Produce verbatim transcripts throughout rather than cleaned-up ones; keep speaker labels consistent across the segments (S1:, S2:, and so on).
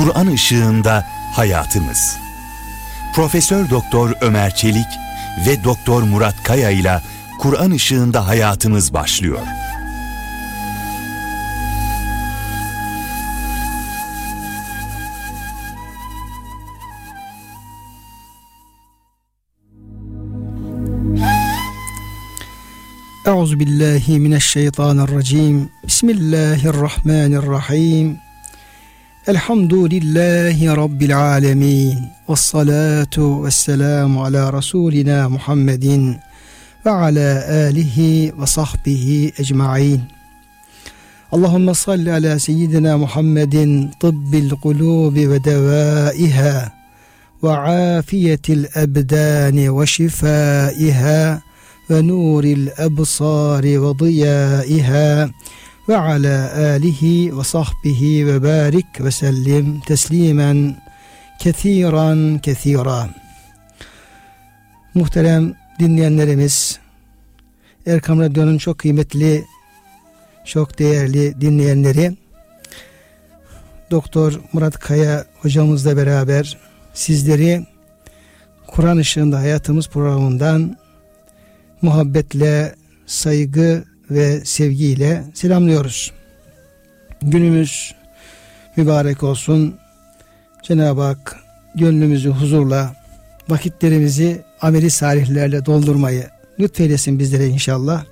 S1: Kur'an ışığında hayatımız. Profesör Doktor Ömer Çelik ve Doktor Murat Kaya ile Kur'an ışığında hayatımız başlıyor.
S2: Euzubillahimineşşeytanirracim. Bismillahirrahmanirrahim. Elhamdülillahi Rabbil alemin. Vessalatu vesselamu ala Resulina Muhammedin ve ala alihi ve sahbihi ecma'in. Allahümme salli ala seyyidina Muhammedin tıbbil kulubi ve devaiha ve afiyetil ebdani ve şifaiha ve nuril ebsari ve diyaiha ve ala alihi ve sahbihi ve barik ve sellim teslimen kethiran kethira. Muhterem dinleyenlerimiz, Erkam Radyo'nun çok kıymetli, çok değerli dinleyenleri, Doktor Murat Kaya hocamızla beraber sizleri Kur'an ışığında hayatımız programından muhabbetle, saygı ve sevgiyle selamlıyoruz. Günümüz mübarek olsun. Cenab-ı Hak gönlümüzü huzurla, vakitlerimizi ameli salihlerle doldurmayı lütfeylesin bizlere inşallah.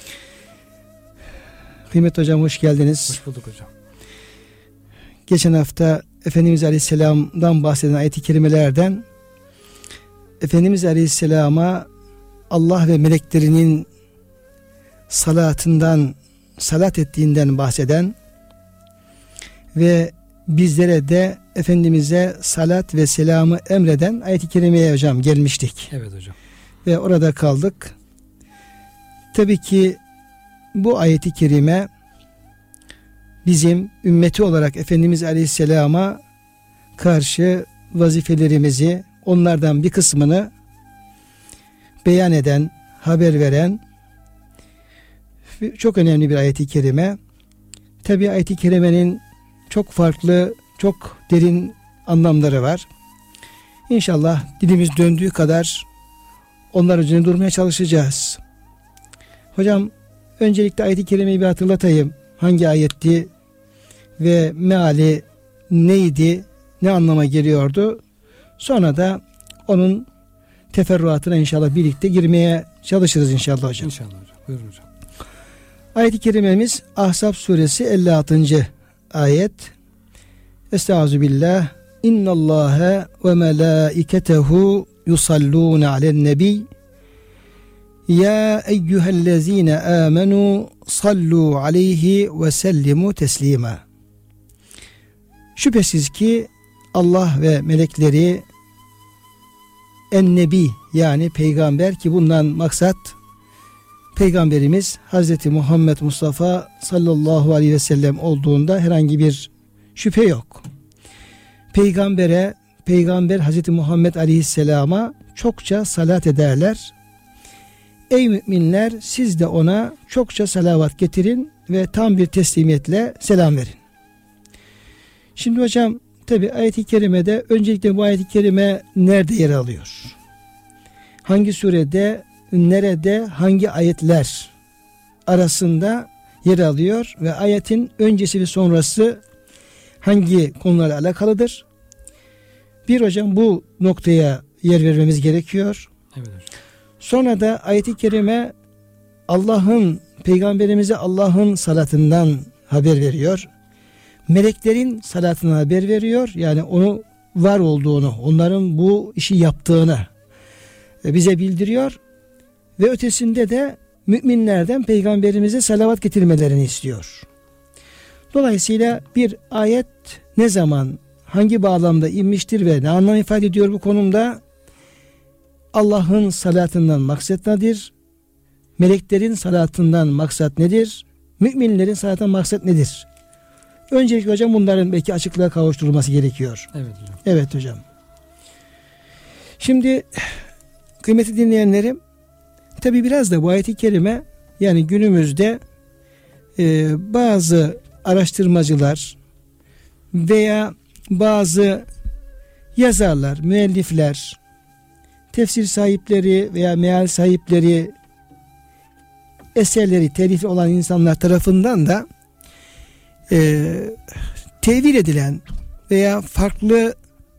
S2: Kıymet hocam, hoş geldiniz.
S3: Hoş bulduk hocam.
S2: Geçen hafta Efendimiz Aleyhisselam'dan bahseden ayet-i kerimelerden Efendimiz Aleyhisselam'a Allah ve meleklerinin salatından, salat ettiğinden bahseden ve bizlere de Efendimiz'e salat ve selamı emreden ayet-i kerimeye hocam gelmiştik.
S3: Evet hocam.
S2: Ve orada kaldık. Tabii ki bu ayet-i kerime bizim ümmeti olarak Efendimiz Aleyhisselam'a karşı vazifelerimizi, onlardan bir kısmını beyan eden, haber veren çok önemli bir ayet-i kerime. Tabi ayet-i kerimenin çok farklı, çok derin anlamları var. İnşallah dilimiz döndüğü kadar onlar üzerine durmaya çalışacağız. Hocam, öncelikle ayet-i kerimeyi bir hatırlatayım. Hangi ayetti ve meali neydi, ne anlama geliyordu? Sonra da onun teferruatına inşallah birlikte girmeye çalışırız inşallah hocam.
S3: İnşallah hocam. Buyurun hocam.
S2: Ayet-i kerimemiz Ahzab suresi elli altıncı ayet. Estağfirullah. İnnallâhe ve melâiketehu yusallûne alen nebi. Ya eyyühellezîne âmenû sallû aleyhi ve sellimu teslîmâ. Şüphesiz ki Allah ve melekleri en-nebi, yani peygamber, ki bundan maksat peygamberimiz Hazreti Muhammed Mustafa sallallahu aleyhi ve sellem olduğunda herhangi bir şüphe yok. Peygambere, peygamber Hazreti Muhammed aleyhisselama çokça salat ederler. Ey müminler, siz de ona çokça salavat getirin ve tam bir teslimiyetle selam verin. Şimdi hocam, tabi ayet-i kerimede öncelikle bu ayet-i kerime nerede yer alıyor? Hangi surede, nerede, hangi ayetler arasında yer alıyor ve ayetin öncesi ve sonrası hangi konularla alakalıdır? Bir hocam, bu noktaya yer vermemiz gerekiyor.
S3: Evet hocam.
S2: Sonra da ayet-i kerime Allah'ın, peygamberimize Allah'ın salatından haber veriyor. Meleklerin salatına haber veriyor. Yani onu var olduğunu, onların bu işi yaptığını bize bildiriyor. Ve ötesinde de müminlerden peygamberimize salavat getirmelerini istiyor. Dolayısıyla bir ayet ne zaman, hangi bağlamda inmiştir ve ne anlam ifade ediyor bu konumda? Allah'ın salatından maksat nedir? Meleklerin salatından maksat nedir? Müminlerin salatından maksat nedir? Öncelikle hocam bunların belki açıklığa kavuşturulması gerekiyor.
S3: Evet hocam.
S2: Evet hocam. Şimdi kıymetli dinleyenlerim, tabi biraz da bu ayet-i kerime, yani günümüzde e, bazı araştırmacılar veya bazı yazarlar, müellifler, tefsir sahipleri veya meal sahipleri, eserleri telifi olan insanlar tarafından da e, tevil edilen veya farklı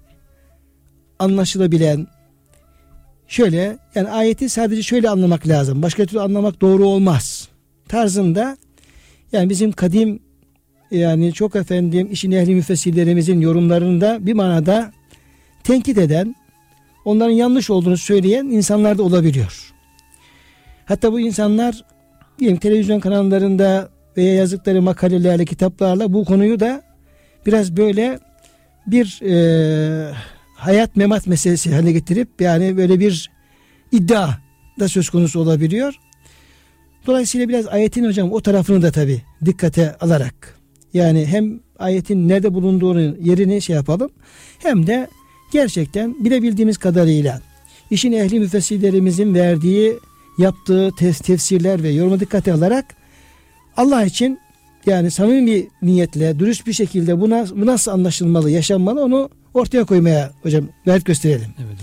S2: anlaşılabilen, şöyle, yani ayeti sadece şöyle anlamak lazım, başka türlü anlamak doğru olmaz tarzında, yani bizim kadim, yani çok efendim işin ehli müfessirlerimizin yorumlarında bir manada tenkit eden, onların yanlış olduğunu söyleyen insanlar da olabiliyor. Hatta bu insanlar diyelim televizyon kanallarında veya yazdıkları makalelerle, kitaplarla bu konuyu da biraz böyle bir e, hayat memat meselesi haline getirip, yani böyle bir iddia da söz konusu olabiliyor. Dolayısıyla biraz ayetin hocam o tarafını da tabi dikkate alarak, yani hem ayetin nerede bulunduğunu, yerini şey yapalım, hem de gerçekten bilebildiğimiz kadarıyla işin ehli müfessirlerimizin verdiği, yaptığı tefsirler ve yorumu dikkate alarak Allah için, yani samimi bir niyetle, dürüst bir şekilde buna, bu nasıl anlaşılmalı, yaşanmalı, onu ortaya koymaya hocam gayret gösterelim. Evet.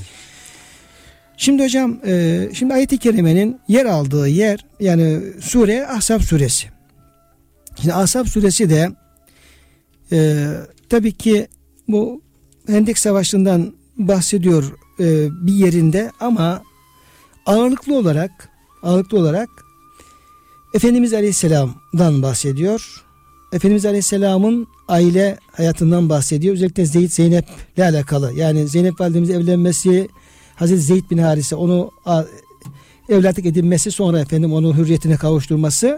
S2: Şimdi hocam, e, şimdi ayet-i kerimenin yer aldığı yer, yani sure Ahzab suresi. Şimdi Ahzab suresi de e, tabii ki bu Hendek Savaşı'ndan bahsediyor e, bir yerinde, ama ağırlıklı olarak ağırlıklı olarak Efendimiz Aleyhisselam'dan bahsediyor. Efendimiz Aleyhisselam'ın aile hayatından bahsediyor. Özellikle Zeyd Zeynep'le alakalı. Yani Zeynep validemizin evlenmesi, Hazreti Zeyd bin Harise onu evlatlık edinmesi, sonra efendim onu hürriyetine kavuşturması.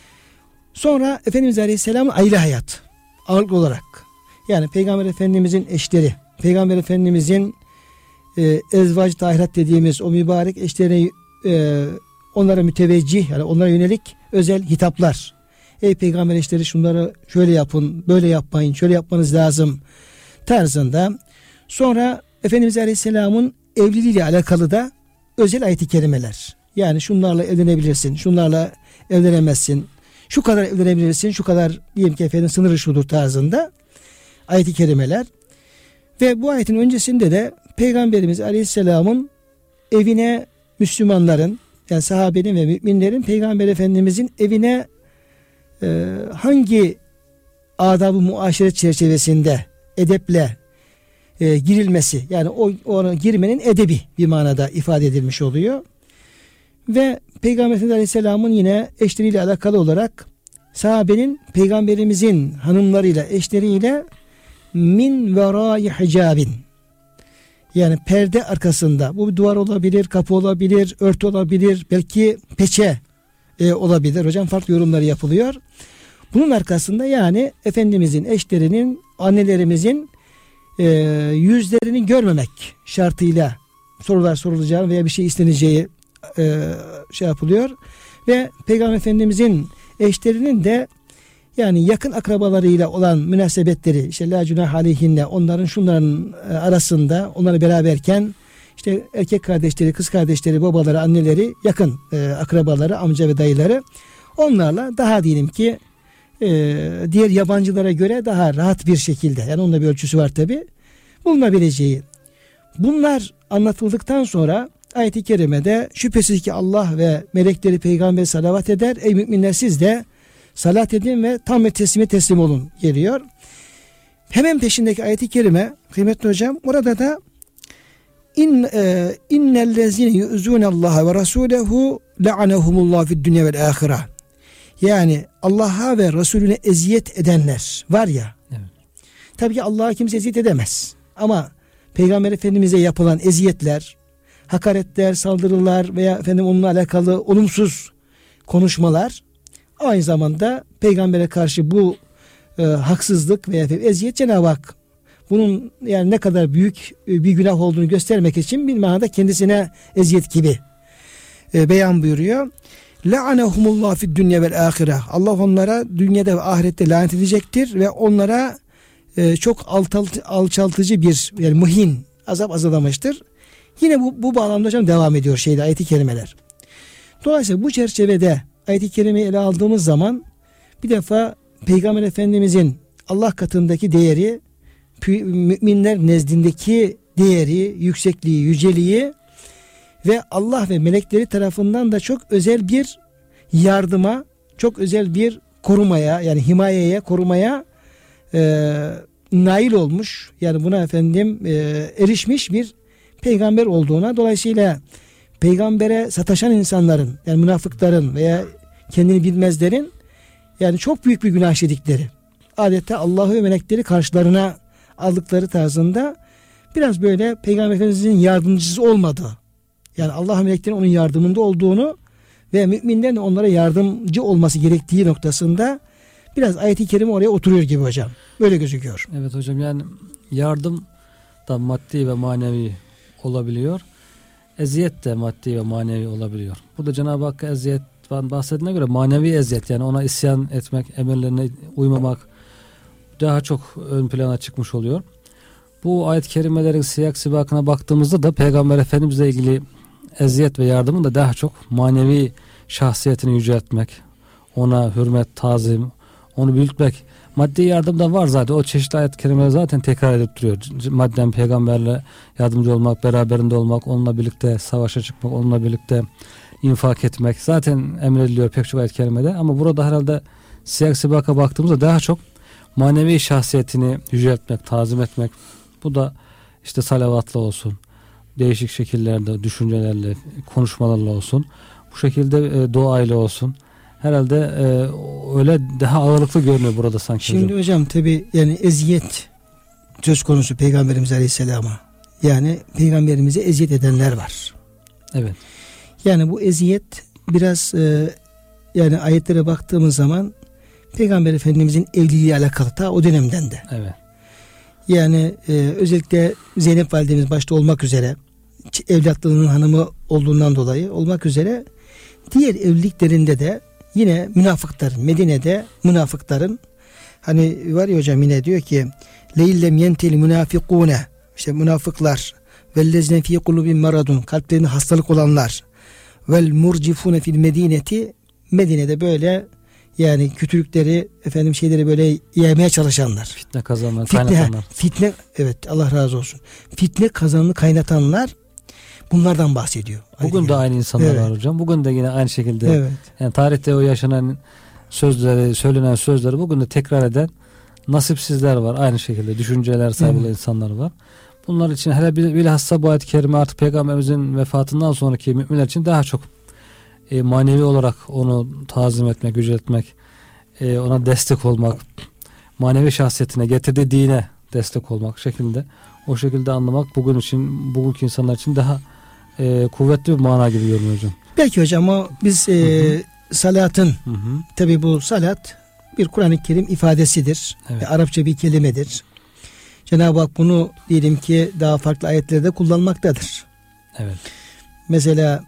S2: Sonra Efendimiz Aleyhisselam'ın aile hayatı ağırlıklı olarak. Yani Peygamber Efendimizin eşleri, Peygamber Efendimizin e, ezvac tahirat dediğimiz o mübarek eşlerine e, onlara müteveccih, yani onlara yönelik özel hitaplar. Ey peygamber eşleri, şunları şöyle yapın, böyle yapmayın, şöyle yapmanız lazım tarzında. Sonra Efendimiz Aleyhisselam'ın evliliğiyle alakalı da özel ayet-i kerimeler. Yani şunlarla evlenebilirsin, şunlarla evlenemezsin, şu kadar evlenebilirsin, şu kadar diyelim ki efendim sınırı şudur tarzında ayet-i kerimeler. Ve bu ayetin öncesinde de Peygamberimiz Aleyhisselam'ın evine Müslümanların, yani sahabenin ve müminlerin Peygamber Efendimizin evine e, hangi adab-ı muaşeret çerçevesinde edeple e, girilmesi, yani o ona girmenin edebi bir manada ifade edilmiş oluyor. Ve Peygamber Efendimiz Aleyhisselam'ın yine eşleriyle alakalı olarak sahabenin Peygamberimizin hanımlarıyla, eşleriyle min verai hicabin, yani perde arkasında, bu bir duvar olabilir, kapı olabilir, örtü olabilir, belki peçe e, olabilir. Hocam farklı yorumları yapılıyor. Bunun arkasında, yani Efendimizin eşlerinin, annelerimizin e, yüzlerini görmemek şartıyla sorular sorulacağı veya bir şey isteneceği e, şey yapılıyor. Ve Peygamber Efendimizin eşlerinin de yani yakın akrabalarıyla olan münasebetleri, işte la cunah aleyhinne, onların şunların arasında, onları beraberken işte erkek kardeşleri, kız kardeşleri, babaları, anneleri, yakın e, akrabaları, amca ve dayıları, onlarla daha diyelim ki e, diğer yabancılara göre daha rahat bir şekilde, yani onun da bir ölçüsü var tabi, bulunabileceği. Bunlar anlatıldıktan sonra ayet-i kerimede şüphesiz ki Allah ve melekleri peygamber salavat eder. Ey müminler, siz de salat edin ve tam ve teslime teslim olun geliyor. Hemen peşindeki ayet-i kerime kıymetli hocam, orada da in e, innellezine yu'zunallaha ve rasulehu la'anehumullah fid dunya vel ahire. Yani Allah'a ve Resulüne eziyet edenler var ya. Evet. Tabii ki Allah'a kimse eziyet edemez. Ama Peygamber Efendimiz'e yapılan eziyetler, hakaretler, saldırılar veya efendim onunla alakalı olumsuz konuşmalar, aynı zamanda peygambere karşı bu e, haksızlık veya eziyet, Cenab-ı Hak bunun yani ne kadar büyük e, bir günah olduğunu göstermek için bir manada kendisine eziyet gibi e, beyan buyuruyor. La'anehumullah fid dunya vel ahire. Allah onlara dünyada ve ahirette lanet edecektir ve onlara e, çok alçalt, alçaltıcı bir, yani muhin azap azalamıştır. Yine bu, bu bağlamda hocam devam ediyor şeyde ayet-i kerimeler. Dolayısıyla bu çerçevede ayet-i kerimeyi ele aldığımız zaman bir defa Peygamber Efendimizin Allah katındaki değeri müminler nezdindeki değeri, yüksekliği, yüceliği ve Allah ve melekleri tarafından da çok özel bir yardıma, çok özel bir korumaya, yani himayeye, korumaya e, nail olmuş. Yani buna efendim e, erişmiş bir peygamber olduğuna, dolayısıyla peygambere sataşan insanların, yani münafıkların veya kendini bilmezlerin yani çok büyük bir günah işledikleri, adeta Allah'ı ve melekleri karşılarına aldıkları tarzında biraz böyle Peygamber Efendimiz'in yardımcısı olmadığı, yani Allah ve meleklerin onun yardımında olduğunu ve müminlerin onlara yardımcı olması gerektiği noktasında biraz ayet-i kerime oraya oturuyor gibi hocam. Böyle gözüküyor.
S3: Evet hocam, yani yardım da maddi ve manevi olabiliyor. Eziyet de maddi ve manevi olabiliyor. Burada Cenab-ı Hakk'a eziyetten bahsettiğine göre manevi eziyet, yani ona isyan etmek, emirlerine uymamak daha çok ön plana çıkmış oluyor. Bu ayet-i kerimelerin siyak sibakına baktığımızda da Peygamber Efendimizle ilgili eziyet ve yardımın da daha çok manevi şahsiyetini yüceltmek, ona hürmet, tazim, onu büyütmek. Maddi yardım da var zaten. O çeşitli ayet-i kerimeler zaten tekrar edip duruyor. Madden peygamberle yardımcı olmak, beraberinde olmak, onunla birlikte savaşa çıkmak, onunla birlikte infak etmek zaten emrediliyor pek çok ayet-i kerimede. Ama burada herhalde siyak sibaka baktığımızda daha çok manevi şahsiyetini yüceltmek, tazim etmek. Bu da işte salavatla olsun, değişik şekillerde, düşüncelerle, konuşmalarla olsun, bu şekilde e, duayla olsun. Herhalde e, öyle daha ağırlıklı görünüyor burada sanki.
S2: Şimdi hocam, hocam tabi yani eziyet söz konusu Peygamberimiz Aleyhisselam'a. Yani Peygamberimize eziyet edenler var.
S3: Evet.
S2: Yani bu eziyet biraz e, yani ayetlere baktığımız zaman Peygamber Efendimizin evliliği alakalı ta o dönemden de.
S3: Evet.
S2: Yani e, özellikle Zeynep validemiz başta olmak üzere, evlatlığının hanımı olduğundan dolayı olmak üzere diğer evliliklerinde de yine münafıkların, Medine'de münafıkların, hani var ya hocam, yine diyor ki leillem yentel münafikune, işte münafıklar, vellezne fi kulubin maradun, kalplerinde hastalık olanlar, vel murcifune fil medineti, Medine'de böyle yani kötülükleri, efendim şeyleri böyle yemeye çalışanlar.
S3: Fitne kazananlar,
S2: fitne,
S3: kaynatanlar.
S2: Fitne, evet, Allah razı olsun. Fitne kazanını kaynatanlar, bunlardan bahsediyor.
S3: Bugün de aynı insanlar evet. var hocam. Bugün de yine aynı şekilde.
S2: Evet.
S3: Yani tarihte o yaşanan sözleri, söylenen sözleri bugün de tekrar eden nasipsizler var. Aynı şekilde düşünceler sahibi evet. insanlar var. Bunlar için hele bilhassa bu ayet-i kerime artık Peygamberimizin vefatından sonraki müminler için daha çok e, manevi olarak onu tazim etmek, yüceltmek, e, ona destek olmak, manevi şahsiyetine, getirdiği dine destek olmak şeklinde, o şekilde anlamak bugün için, bugünkü insanlar için daha e, kuvvetli bir mana gibi görünüyor hocam.
S2: Belki hocam o biz e, salatın, tabi bu salat bir Kur'an-ı Kerim ifadesidir. Evet. Ve Arapça bir kelimedir. Cenab-ı Hak bunu diyelim ki daha farklı ayetlerde kullanmaktadır.
S3: Evet.
S2: Mesela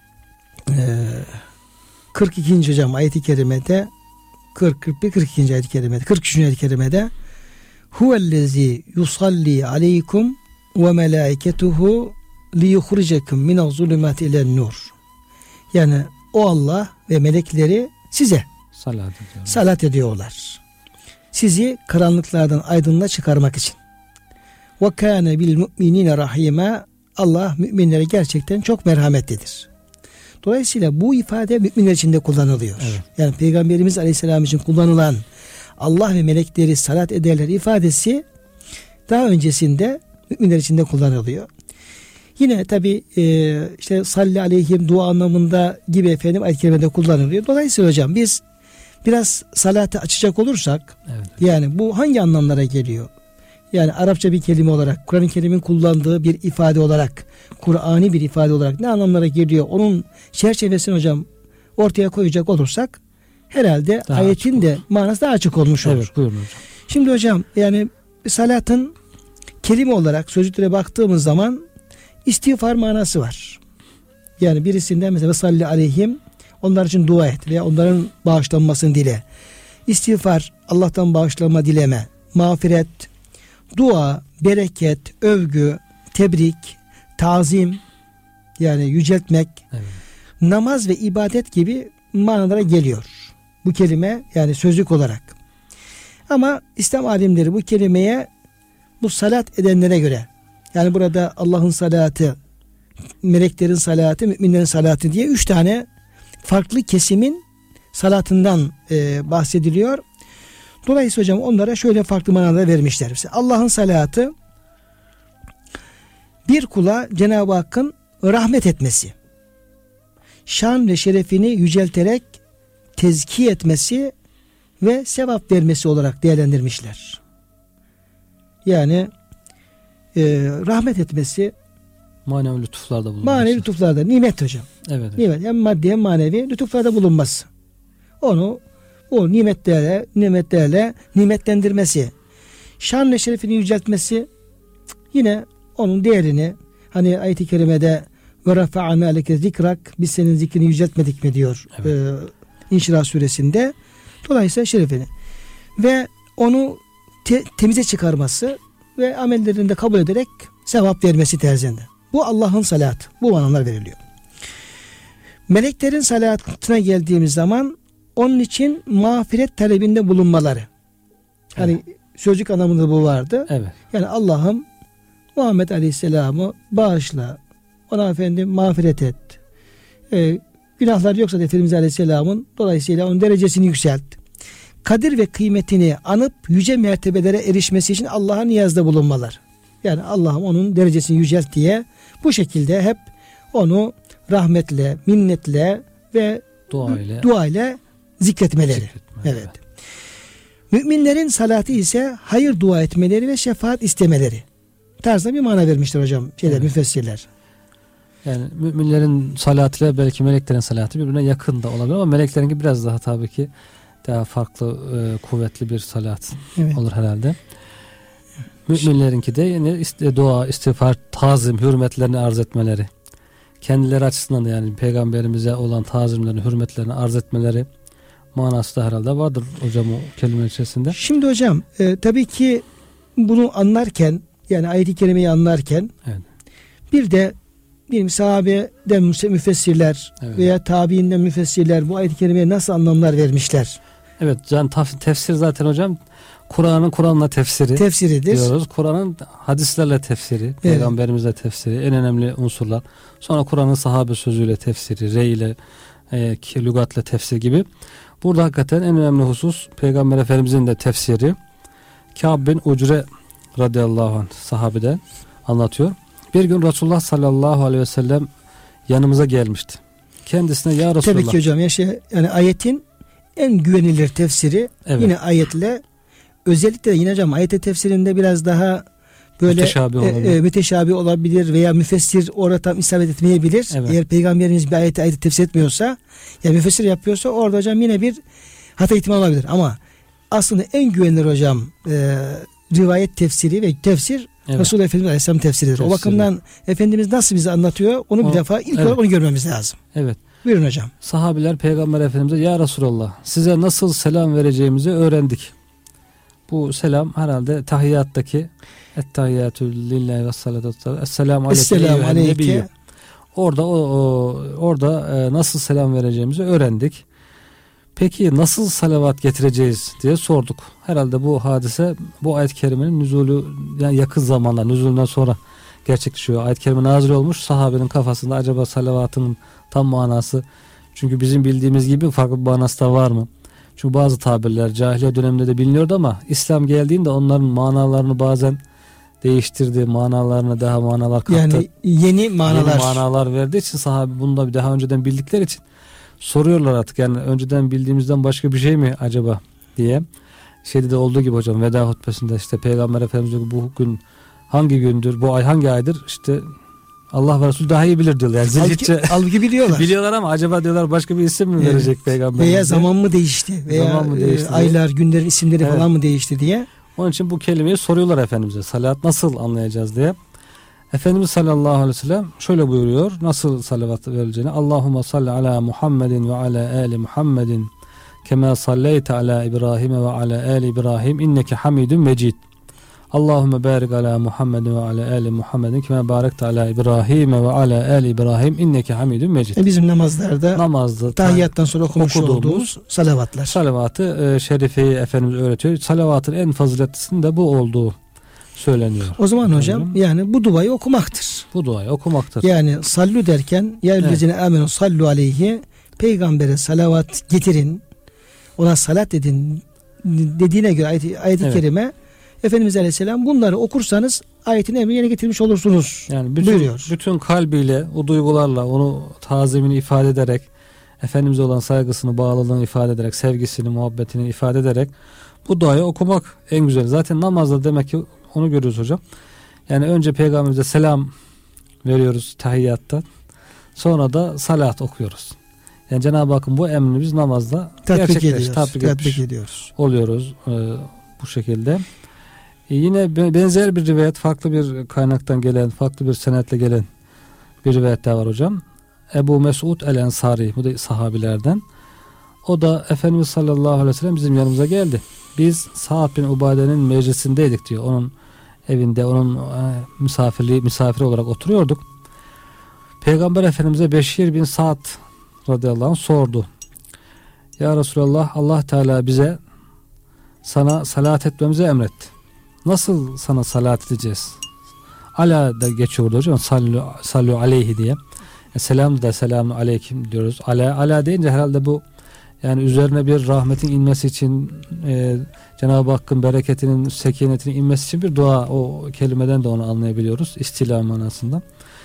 S2: e, kırk ikinci hocam ayet-i kerimede, kırk, kırk bir, kırk ikinci ayet-i kerimede, kırk üçüncü ayet-i kerimede huvellezî yusalli aleykum ve melâiketuhu liyukhricekum minez-zulümâti ilen-nur. Yani o Allah ve melekleri size
S3: salat ediyorlar.
S2: Salat ediyorlar. Sizi karanlıklardan aydınlığa çıkarmak için. Ve kâne bil mu'minîne rahîmâ. Allah müminlere gerçekten çok merhametlidir. Dolayısıyla bu ifade müminler için de kullanılıyor. Evet. Yani Peygamberimiz Aleyhisselam için kullanılan Allah ve melekleri salat ederler ifadesi daha öncesinde müminler için de kullanılıyor. Yine tabi e, işte salli aleyhim dua anlamında gibi efendim ayet-i kerimede kullanılıyor. Dolayısıyla hocam biz biraz salatı açacak olursak evet. yani bu hangi anlamlara geliyor? Yani Arapça bir kelime olarak, Kur'an-ı Kerim'in kullandığı bir ifade olarak, Kur'ani bir ifade olarak ne anlamlara geliyor? Onun çerçevesini hocam ortaya koyacak olursak herhalde daha ayetin de manası daha açık olmuş olur.
S3: Evet, buyurun hocam.
S2: Şimdi hocam yani salatın kelime olarak sözcüklere baktığımız zaman istiğfar manası var. Yani birisinden mesela salli aleyhim, onlar için dua et veya onların bağışlanmasını dile. İstiğfar, Allah'tan bağışlanma dileme, mağfiret, dua, bereket, övgü, tebrik, tazim, yani yüceltmek, evet. namaz ve ibadet gibi manalara geliyor. Bu kelime yani sözlük olarak. Ama İslam alimleri bu kelimeye bu salat edenlere göre, yani burada Allah'ın salatı, meleklerin salatı, müminlerin salatı diye üç tane farklı kesimin salatından e, bahsediliyor. Dolayısıyla hocam onlara şöyle farklı manalar vermişler. Mesela Allah'ın salatı, bir kula Cenab-ı Hakk'ın rahmet etmesi, şan ve şerefini yücelterek tezkiye etmesi ve sevap vermesi olarak değerlendirmişler. Yani e, rahmet etmesi,
S3: manevi lütuflarda bulunması.
S2: manevi lütuflarda, nimet hocam.
S3: Evet.
S2: Nimet, hem maddi hem manevi lütuflarda bulunması. Onu o nimetlerle, nimetlerle nimetlendirmesi. Şan ve şerefini yüceltmesi, yine onun değerini, hani ayet-i kerimede ve rafa'ana aleke zikrak, biz senin zikrini yüceltmedik mi diyor evet. e, İnşirah suresinde. Dolayısıyla şerefini ve onu te, temize çıkarması ve amellerini de kabul ederek sevap vermesi terzinde. Bu Allah'ın salatı. Bu manalar veriliyor. Meleklerin salatına geldiğimiz zaman onun için mağfiret talebinde bulunmaları. Hani evet. sözcük anlamında bu vardı.
S3: Evet.
S2: Yani Allah'ım Muhammed Aleyhisselam'ı bağışla. Ona efendim mağfiret et. Ee, günahlar yoksa da Efendimiz Aleyhisselam'ın, dolayısıyla onun derecesini yükselt. Kadir ve kıymetini anıp yüce mertebelere erişmesi için Allah'a niyazda bulunmalar. Yani Allah'ım onun derecesini yücelt diye bu şekilde hep onu rahmetle, minnetle ve
S3: dua ile,
S2: dua ile zikretmeleri.
S3: zikretmeleri.
S2: Evet. Müminlerin salatı ise hayır dua etmeleri ve şefaat istemeleri tarzda bir mana vermiştir hocam şeyler, evet. müfessirler.
S3: Yani müminlerin salatıyla belki meleklerin salatı birbirine yakın da olabilir ama meleklerinki biraz daha tabii ki daha farklı, e, kuvvetli bir salat evet. olur herhalde. Müminlerinki de yine dua, istiğfar, tazim, hürmetlerini arz etmeleri. Kendileri açısından da yani peygamberimize olan tazimlerini, hürmetlerini arz etmeleri manası da herhalde vardır hocam o kelime içerisinde.
S2: Şimdi hocam e, tabii ki bunu anlarken, yani ayet-i kerimeyi anlarken evet. bir de bir sahabeden müfessirler evet. veya tabiinden müfessirler bu ayet-i kerimeye nasıl anlamlar vermişler?
S3: Evet, yani tefsir zaten hocam Kur'an'ın Kur'an'la tefsiri
S2: tefsiridir.
S3: diyoruz. Kur'an'ın hadislerle tefsiri, evet. peygamberimizle tefsiri en önemli unsurlar. Sonra Kur'an'ın sahabe sözüyle tefsiri, rey ile e, lügatle tefsir gibi. Burada hakikaten en önemli husus Peygamber Efendimizin de tefsiri. Kâb bin Ucre radıyallahu anh sahabeden anlatıyor. Bir gün Resulullah sallallahu aleyhi ve sellem yanımıza gelmişti. Kendisine ya Resulullah.
S2: Tabii ki hocam ya şey, yani ayetin en güvenilir tefsiri evet. yine ayetle, özellikle yine hocam ayet tefsirinde biraz daha böyle müteşabih olabilir, e, e, müteşabih olabilir veya müfessir orada tam isabet etmeyebilir. Evet. Eğer peygamberimiz bir ayeti ayeti tefsir etmiyorsa, ya müfessir yapıyorsa orada hocam yine bir hata ihtimal olabilir. Ama aslında en güvenilir hocam e, rivayet tefsiri ve tefsir evet. Resulullah Efendimiz Aleyhisselam tefsiridir. Tefsiri. O bakımdan Efendimiz nasıl bize anlatıyor onu o, bir defa ilk evet. olarak onu görmemiz lazım. Evet. Buyurun hocam.
S3: Sahabiler Peygamber Efendimiz'e ya Resulallah size nasıl selam vereceğimizi öğrendik. Bu selam herhalde tahiyyattaki Ettehiyyatü lillahi ve salatu vesselam Esselamu aleyke aleyke. Orada o, o orada e, nasıl selam vereceğimizi öğrendik. Peki nasıl salavat getireceğiz diye sorduk. Herhalde bu hadise bu ayet-i kerimenin nüzulü yani yakın zamanda nüzulünden sonra gerçekleşiyor. Ayet-i kerime nazil olmuş. Sahabenin kafasında acaba salavatın tam manası, çünkü bizim bildiğimiz gibi farklı bir manası da var mı? Çünkü bazı tabirler cahiliye döneminde de biliniyordu ama İslam geldiğinde onların manalarını bazen değiştirdi, manalarına daha manalar kattı.
S2: Yani yeni manalar.
S3: Yeni manalar verdiği için sahabe bunu da bir daha önceden bildikleri için soruyorlar artık, yani önceden bildiğimizden başka bir şey mi acaba diye. Şeyde de olduğu gibi hocam veda hutbesinde işte Peygamber Efendimiz bu gün hangi gündür, bu ay hangi aydır, işte Allah ve Resul daha iyi bilir diyorlar. Yani
S2: Zilhicce algı biliyorlar.
S3: Biliyorlar ama acaba diyorlar başka bir isim mi evet. verecek Peygamber?
S2: Veya zaman mı değişti? Veya zaman mı değişti e, aylar, günlerin isimleri evet. falan mı değişti diye.
S3: Onun için bu kelimeyi soruyorlar Efendimiz'e. Salat nasıl anlayacağız diye. Efendimiz sallallahu aleyhi ve sellem şöyle buyuruyor. Nasıl salavat verileceğini. Allahumme salli ala Muhammedin ve ala ali Muhammedin kema salleyte ala İbrahim ve ala ali İbrahim inneke hamidun mecid. Allahümme barik ala Muhammedin ve ala ali Muhammedin kema barekte ala İbrahim ve ala ali İbrahim inneke hamidun mecid.
S2: E bizim namazlarda
S3: namazda
S2: tahiyyattan sonra okumuş olduğumuz salavatlar.
S3: Salavatı e, şerifi Efendimiz öğretiyor. Salavatın en faziletlisinin de bu olduğu söyleniyor.
S2: O zaman hocam yani bu duayı okumaktır.
S3: Bu duayı okumaktır.
S2: Yani sallu derken ya ellezine amenu sallu aleyhi, peygambere salavat getirin, ona salat edin dediğine göre ayet-i, ayet-i evet. kerime Efendimiz Aleyhisselam bunları okursanız ayetin emrini yerine getirmiş olursunuz.
S3: Yani bütün, buyuruyor. bütün kalbiyle, o duygularla, onu tazimini ifade ederek, Efendimiz'e olan saygısını, bağlılığını ifade ederek, sevgisini, muhabbetini ifade ederek bu duayı okumak en güzel. Zaten namazda demek ki onu görüyoruz hocam. Yani önce Peygamberimize selam veriyoruz tahiyyatta. Sonra da salat okuyoruz. Yani Cenab-ı Hakk'ın bu emrini biz namazda
S2: tatbik ediyoruz.
S3: Tatbik, tatbik
S2: ediyoruz.
S3: Oluyoruz e, bu şekilde. E, yine benzer bir rivayet, farklı bir kaynaktan gelen, farklı bir senetle gelen bir rivayet daha var hocam. Ebu Mesud el-Ensari, bu da sahabilerden. O da Efendimiz sallallahu aleyhi ve sellem bizim yanımıza geldi. Biz Sa'd bin Ubade'nin meclisindeydik diyor. Onun evinde, onun e, misafirliği, misafir olarak oturuyorduk. Peygamber Efendimiz'e Beşir bin Sa'd radıyallahu anh sordu. Ya Resulallah, Allah Teala bize sana salat etmemize emretti. Nasıl sana salat edeceğiz? Ala da geçiyordu hocam. Sallu, sallu aleyhi diye. E, selam da selamun aleyküm diyoruz. Ala, ala deyince herhalde bu yani üzerine bir rahmetin inmesi için, e, Cenab-ı Hakk'ın bereketinin, sekinetinin inmesi için bir dua. O kelimeden de onu anlayabiliyoruz. İstila manasında.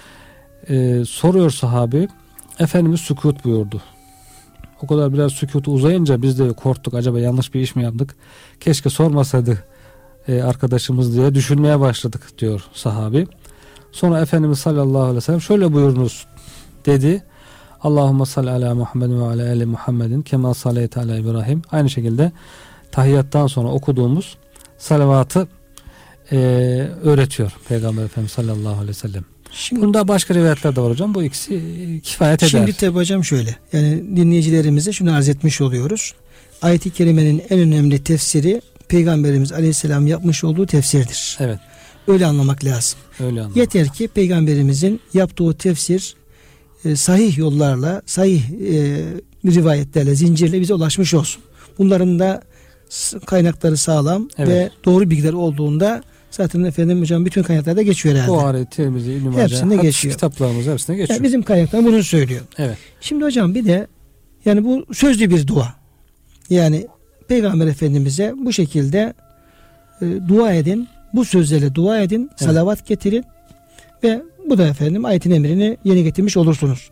S3: E, soruyor sahabi. Efendimiz sükut buyurdu. O kadar biraz sükutu uzayınca biz de korktuk. Acaba yanlış bir iş mi yaptık? Keşke sormasaydı e, arkadaşımız diye düşünmeye başladık diyor sahabi. Sonra Efendimiz sallallahu aleyhi ve sellem şöyle buyurunuz dedi. Allahümme salli ala Muhammedin ve ala ali Muhammedin kema sallayte ala İbrahim. Aynı şekilde tahiyyattan sonra okuduğumuz salavatı e, öğretiyor Peygamber Efendimiz sallallahu aleyhi ve sellem. Şimdi, bunda başka rivayetler de var hocam. Bu ikisi kifayet eder.
S2: Şimdi tabi hocam şöyle. Yani dinleyicilerimize şunu arz etmiş oluyoruz. Ayet-i kerimenin en önemli tefsiri Peygamberimiz aleyhisselam yapmış olduğu tefsirdir.
S3: Evet.
S2: Öyle anlamak lazım.
S3: Öyle anlamak.
S2: Yeter ki Peygamberimizin yaptığı tefsir e, sahih yollarla, sahih e, rivayetlerle, zincirle bize ulaşmış olsun. Bunların da kaynakları sağlam evet. ve doğru bilgiler olduğunda zaten efendim hocam bütün kaynaklarda geçiyor herhalde.
S3: Buhari, Tirmizi, İbn-i Mace,
S2: hepsinde geçiyor.
S3: Kitaplarımız hepsinde geçiyor.
S2: Yani bizim kaynaklar bunu söylüyor.
S3: Evet.
S2: Şimdi hocam bir de yani bu sözlü bir dua. Yani Peygamber Efendimiz'e bu şekilde e, dua edin. Bu sözlerle dua edin. Evet. Salavat getirin. Ve bu da efendim ayetin emrini yerine getirmiş olursunuz.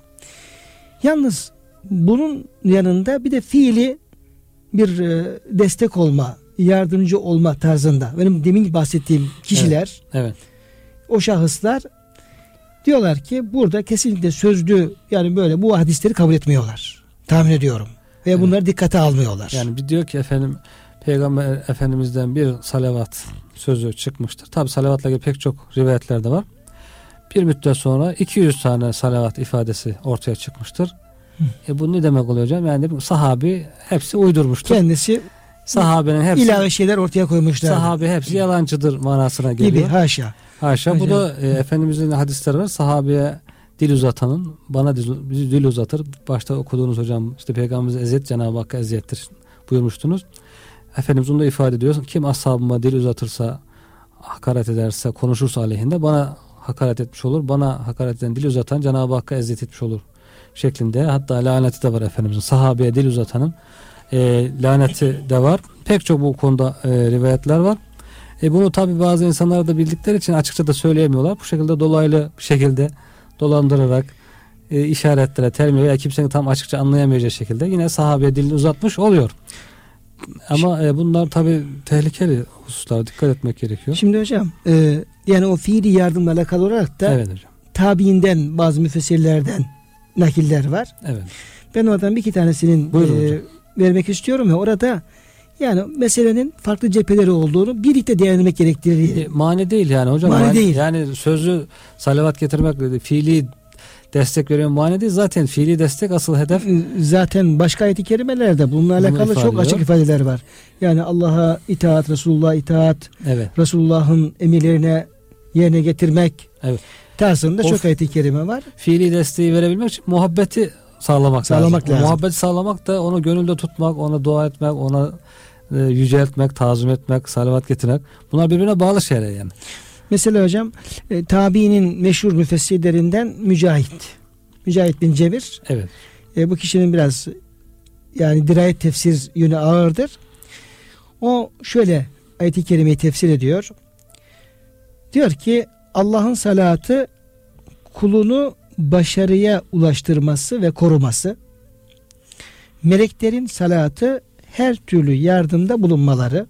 S2: Yalnız bunun yanında bir de fiili bir e, destek olma, yardımcı olma tarzında. Benim demin bahsettiğim kişiler,
S3: evet, evet.
S2: o şahıslar diyorlar ki burada kesinlikle sözlü yani böyle bu hadisleri kabul etmiyorlar. Tahmin ediyorum. Ve evet. bunları dikkate almıyorlar.
S3: Yani bir diyor ki efendim Peygamber Efendimiz'den bir salavat sözü çıkmıştır. Tabi salavatla ilgili pek çok rivayetler de var. Bir müddet sonra iki yüz tane salavat ifadesi ortaya çıkmıştır. Hı. E bu ne demek oluyor hocam? Yani sahabi hepsi uydurmuştur.
S2: Kendisi
S3: sahabenin hepsi
S2: ilave şeyler ortaya koymuşlar.
S3: Sahabe hepsi yalancıdır manasına geliyor.
S2: Gibi haşa.
S3: Haşa. Haşa. Bu da e, Efendimizin hadisleri var. Sahabeye dil uzatanın bana dil, dil uzatır. Başta okuduğunuz hocam işte Peygamberimize eziyet Cenab-ı Hakk'a eziyettir buyurmuştunuz. Efendimiz onu da ifade ediyor. Kim ashabıma dil uzatırsa, hakaret ederse, konuşursa aleyhinde bana hakaret etmiş olur. Bana hakaret eden dil uzatan Cenab-ı Hakk'a eziyet etmiş olur şeklinde. Hatta laneti de var Efendimizin. Sahabeye dil uzatanın e, laneti de var. Pek çok bu konuda e, rivayetler var. E, bunu tabi bazı insanlar da bildikleri için açıkça da söyleyemiyorlar. Bu şekilde dolaylı bir şekilde dolandırarak e, işaretlere, termiye veya kimsenin tam açıkça anlayamayacağı şekilde yine sahabeye dilini uzatmış oluyor. Ama e, bunlar tabi tehlikeli hususlar. Dikkat etmek gerekiyor.
S2: Şimdi hocam e, yani o fiili yardımla alakalı olarak da
S3: evet hocam.
S2: Tabiinden bazı müfessirlerden nakiller var.
S3: Evet.
S2: Ben oradan bir iki tanesinin e, vermek istiyorum ya orada yani meselenin farklı cepheleri olduğunu birlikte değerlendirmek gerektiğini.
S3: E, mani değil yani hocam.
S2: Mani, mani değil.
S3: Yani sözlü salavat getirmek fiili destek veriyor mani değil. Zaten fiili destek asıl hedef.
S2: Zaten başka ayet-i kerimelerde bununla alakalı çok ediyor. Açık ifadeler var. Yani Allah'a itaat, Resulullah'a itaat,
S3: evet.
S2: Resulullah'ın emirlerine yerine getirmek
S3: evet.
S2: tarzında o çok ayet-i kerime var.
S3: Fiili desteği verebilmek için muhabbeti sağlamak,
S2: sağlamak lazım. lazım.
S3: Muhabbeti sağlamak da onu gönülde tutmak, ona dua etmek, ona e, yüceltmek, tazim etmek, salavat getirmek. Bunlar birbirine bağlı şeyler yani.
S2: Mesela hocam e, tabiinin meşhur müfessirlerinden Mücahit. Mücahit bin Cebir.
S3: Evet.
S2: E, bu kişinin biraz yani dirayet tefsir yönü ağırdır. O şöyle ayet-i kerimeyi tefsir ediyor. Diyor ki Allah'ın salatı kulunu başarıya ulaştırması ve koruması. Meleklerin salatı her türlü yardımda bulunmaları.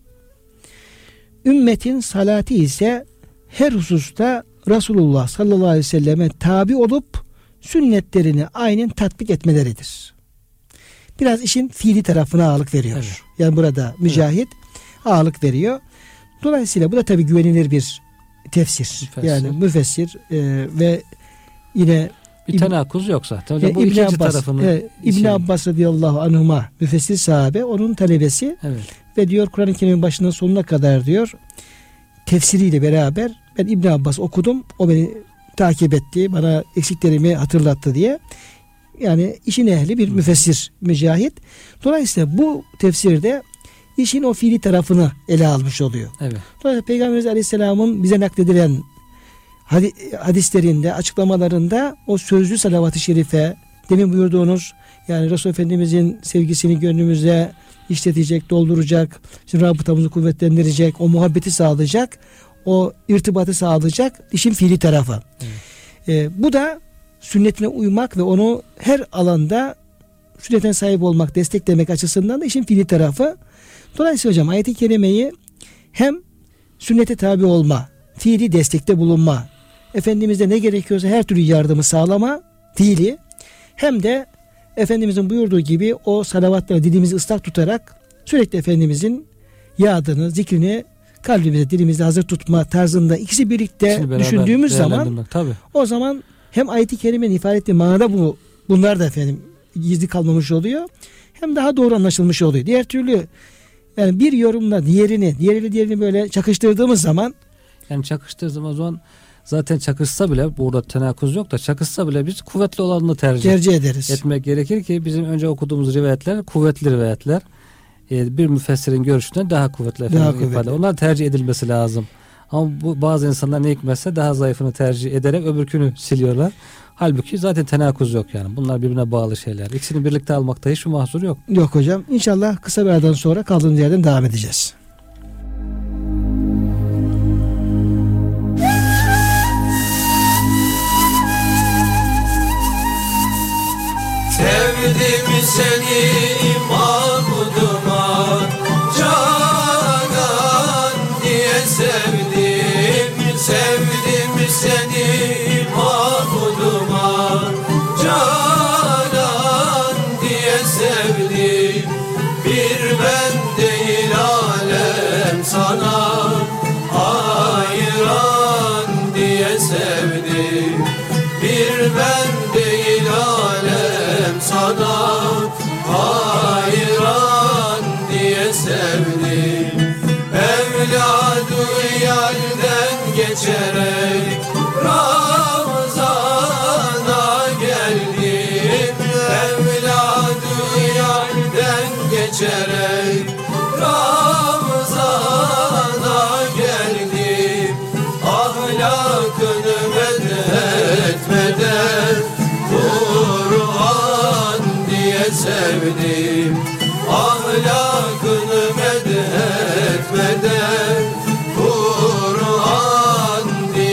S2: Ümmetin salatı ise her hususta Resulullah sallallahu aleyhi ve selleme tabi olup sünnetlerini aynen tatbik etmeleridir. Biraz işin fiili tarafına ağırlık veriyor.
S3: Evet.
S2: Yani burada Mücahit evet. ağırlık veriyor. Dolayısıyla bu da tabii güvenilir bir tefsir. Müfessir. Yani müfessir e, ve yine
S3: bir
S2: İb-
S3: tenakuz yok zaten.
S2: E,
S3: bu
S2: İbn
S3: ikinci
S2: Abbas,
S3: tarafını
S2: e, İbn
S3: şey.
S2: Abbas radıyallahu anhuma müfessir sahabe, onun talebesi
S3: Evet.
S2: ve diyor Kur'an-ı Kerim'in başından sonuna kadar diyor tefsiriyle beraber ben İbn Abbas okudum. O beni takip etti. Bana eksiklerimi hatırlattı diye. Yani işin ehli bir müfessir Mücahit. Dolayısıyla bu tefsirde işin o fiili tarafını ele almış oluyor.
S3: Evet.
S2: Dolayısıyla Peygamberimiz Aleyhisselam'ın bize nakledilen hadislerinde, açıklamalarında o sözlü salavat-ı şerife, demin buyurduğunuz yani Resul Efendimizin sevgisini gönlümüze işletecek, dolduracak, işte rabıtamızı kuvvetlendirecek, o muhabbeti sağlayacak, o irtibatı sağlayacak işin fiili tarafı.
S3: Evet.
S2: Ee, bu da sünnetine uymak ve onu her alanda sünnetine sahip olmak, desteklemek açısından da işin fiili tarafı. Dolayısıyla hocam ayet-i kerimeyi hem sünnete tabi olma, fiili destekte bulunma, Efendimiz'de ne gerekiyorsa her türlü yardımı sağlama fiili, hem de Efendimiz'in buyurduğu gibi o salavatla dilimizi ıslak tutarak sürekli Efendimiz'in yadını, zikrini kalbimizde, dilimizde hazır tutma tarzında ikisi birlikte düşündüğümüz zaman
S3: tabii.
S2: O zaman hem ayet-i kerimenin ifade ettiği manada bu, bunlar da efendim gizli kalmamış oluyor. Hem daha doğru anlaşılmış oluyor. Diğer türlü yani bir yorumla diğerini, diğeriyle diğerini böyle çakıştırdığımız zaman
S3: yani çakıştırdığımız zaman zaten çakışsa bile burada tenakuz yok da çakışsa bile biz kuvvetli olanını tercih,
S2: tercih ederiz.
S3: Etmek gerekir ki bizim önce okuduğumuz rivayetler kuvvetli rivayetler. Ee, bir müfessirin görüşünden daha kuvvetli efendim,
S2: daha kuvvetli.
S3: Onlar tercih edilmesi lazım. Ama bu bazı insanlar ne hikmetse daha zayıfını tercih ederek öbürkünü siliyorlar. Halbuki zaten tenakuz yok yani. Bunlar birbirine bağlı şeyler. İkisini birlikte almakta hiçbir mahsur yok.
S2: Yok hocam. İnşallah kısa bir aradan sonra kaldığımız yerden devam edeceğiz.
S4: Sevdim seni Mahmud'uma canan diye sevdim. Sevdim seni Mahmud'uma canan diye sevdim. Bir ben değil alem sana hayran diye sevdim. Bir ben değil alem sana hayran diye sevdim. Evladı yalden geçerek Ramazan'a geldim. Evladı yalden geçerek Ramazan'a geldim. Ahlakını medhetmeden Kur'an diye sevdim. Ahlakını medhetmeden Kur'an diye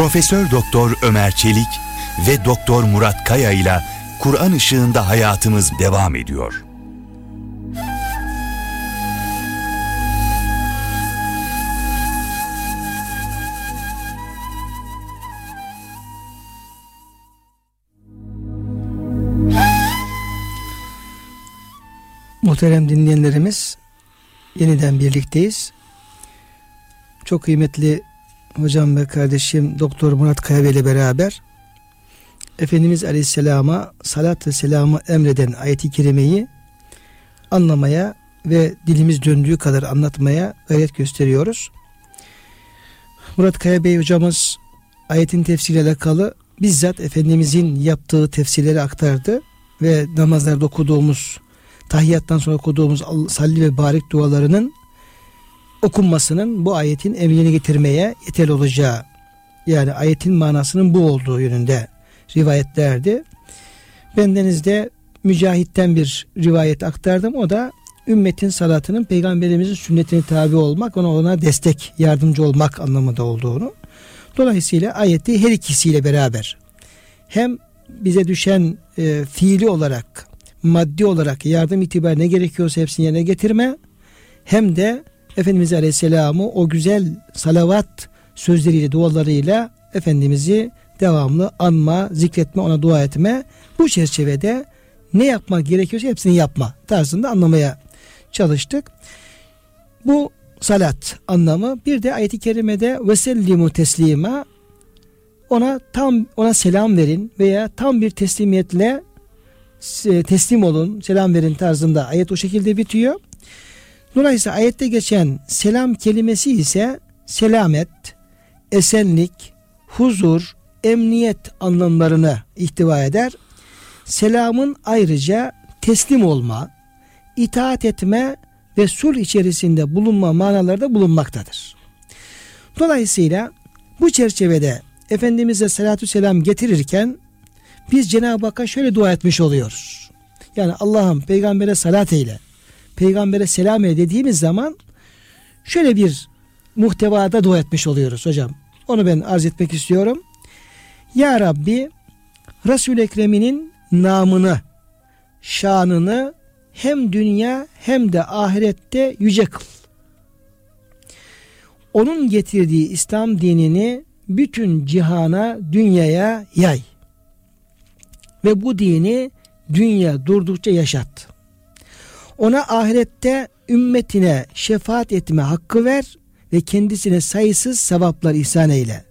S1: Profesör Doktor Ömer Çelik ve Doktor Murat Kaya ile Kur'an ışığında hayatımız devam ediyor.
S2: Muhterem dinleyenlerimiz, yeniden birlikteyiz. Çok kıymetli hocam ve kardeşim Doktor Murat Kaya ile beraber Efendimiz Aleyhisselam'a salat ve selamı emreden ayet-i kerimeyi anlamaya ve dilimiz döndüğü kadar anlatmaya gayret gösteriyoruz. Murat Kaya Bey hocamız ayetin tefsiriyle alakalı bizzat Efendimizin yaptığı tefsirleri aktardı ve namazlarda okuduğumuz, tahiyyattan sonra okuduğumuz salli ve barik dualarının okunmasının bu ayetin emrini getirmeye yeterli olacağı, yani ayetin manasının bu olduğu yönünde rivayetlerdi. Bendeniz de Mücahit'ten bir rivayet aktardım. O da ümmetin salatının peygamberimizin sünnetine tabi olmak, ona ona destek, yardımcı olmak anlamında olduğunu. Dolayısıyla ayeti her ikisiyle beraber hem bize düşen e, fiili olarak, maddi olarak yardım itibariyle ne gerekiyorsa hepsini yerine getirme, hem de Efendimiz Aleyhisselam'ı o güzel salavat sözleriyle, dualarıyla Efendimiz'i devamlı anma, zikretme, ona dua etme, bu çerçevede ne yapmak gerekiyorsa hepsini yapma tarzında anlamaya çalıştık. Bu salat anlamı. Bir de ayet-i kerimede vesellimu teslima, ona tam ona selam verin veya tam bir teslimiyetle teslim olun, selam verin tarzında ayet o şekilde bitiyor. Dolayısıyla ayette geçen selam kelimesi ise selamet, esenlik, huzur, emniyet anlamlarını ihtiva eder. Selamın ayrıca teslim olma, itaat etme ve sulh içerisinde bulunma manaları da bulunmaktadır. Dolayısıyla bu çerçevede Efendimiz'e salatü selam getirirken biz Cenab-ı Hakk'a şöyle dua etmiş oluyoruz. Yani Allah'ım peygambere salat eyle, peygambere selam eyle dediğimiz zaman şöyle bir muhtevada dua etmiş oluyoruz hocam. Onu ben arz etmek istiyorum. Ya Rabbi, Resul-i Ekrem'inin namını, şanını hem dünya hem de ahirette yüce kıl. Onun getirdiği İslam dinini bütün cihana, dünyaya yay. Ve bu dini dünya durdukça yaşat. Ona ahirette ümmetine şefaat etme hakkı ver ve kendisine sayısız sevaplar ihsan eyle.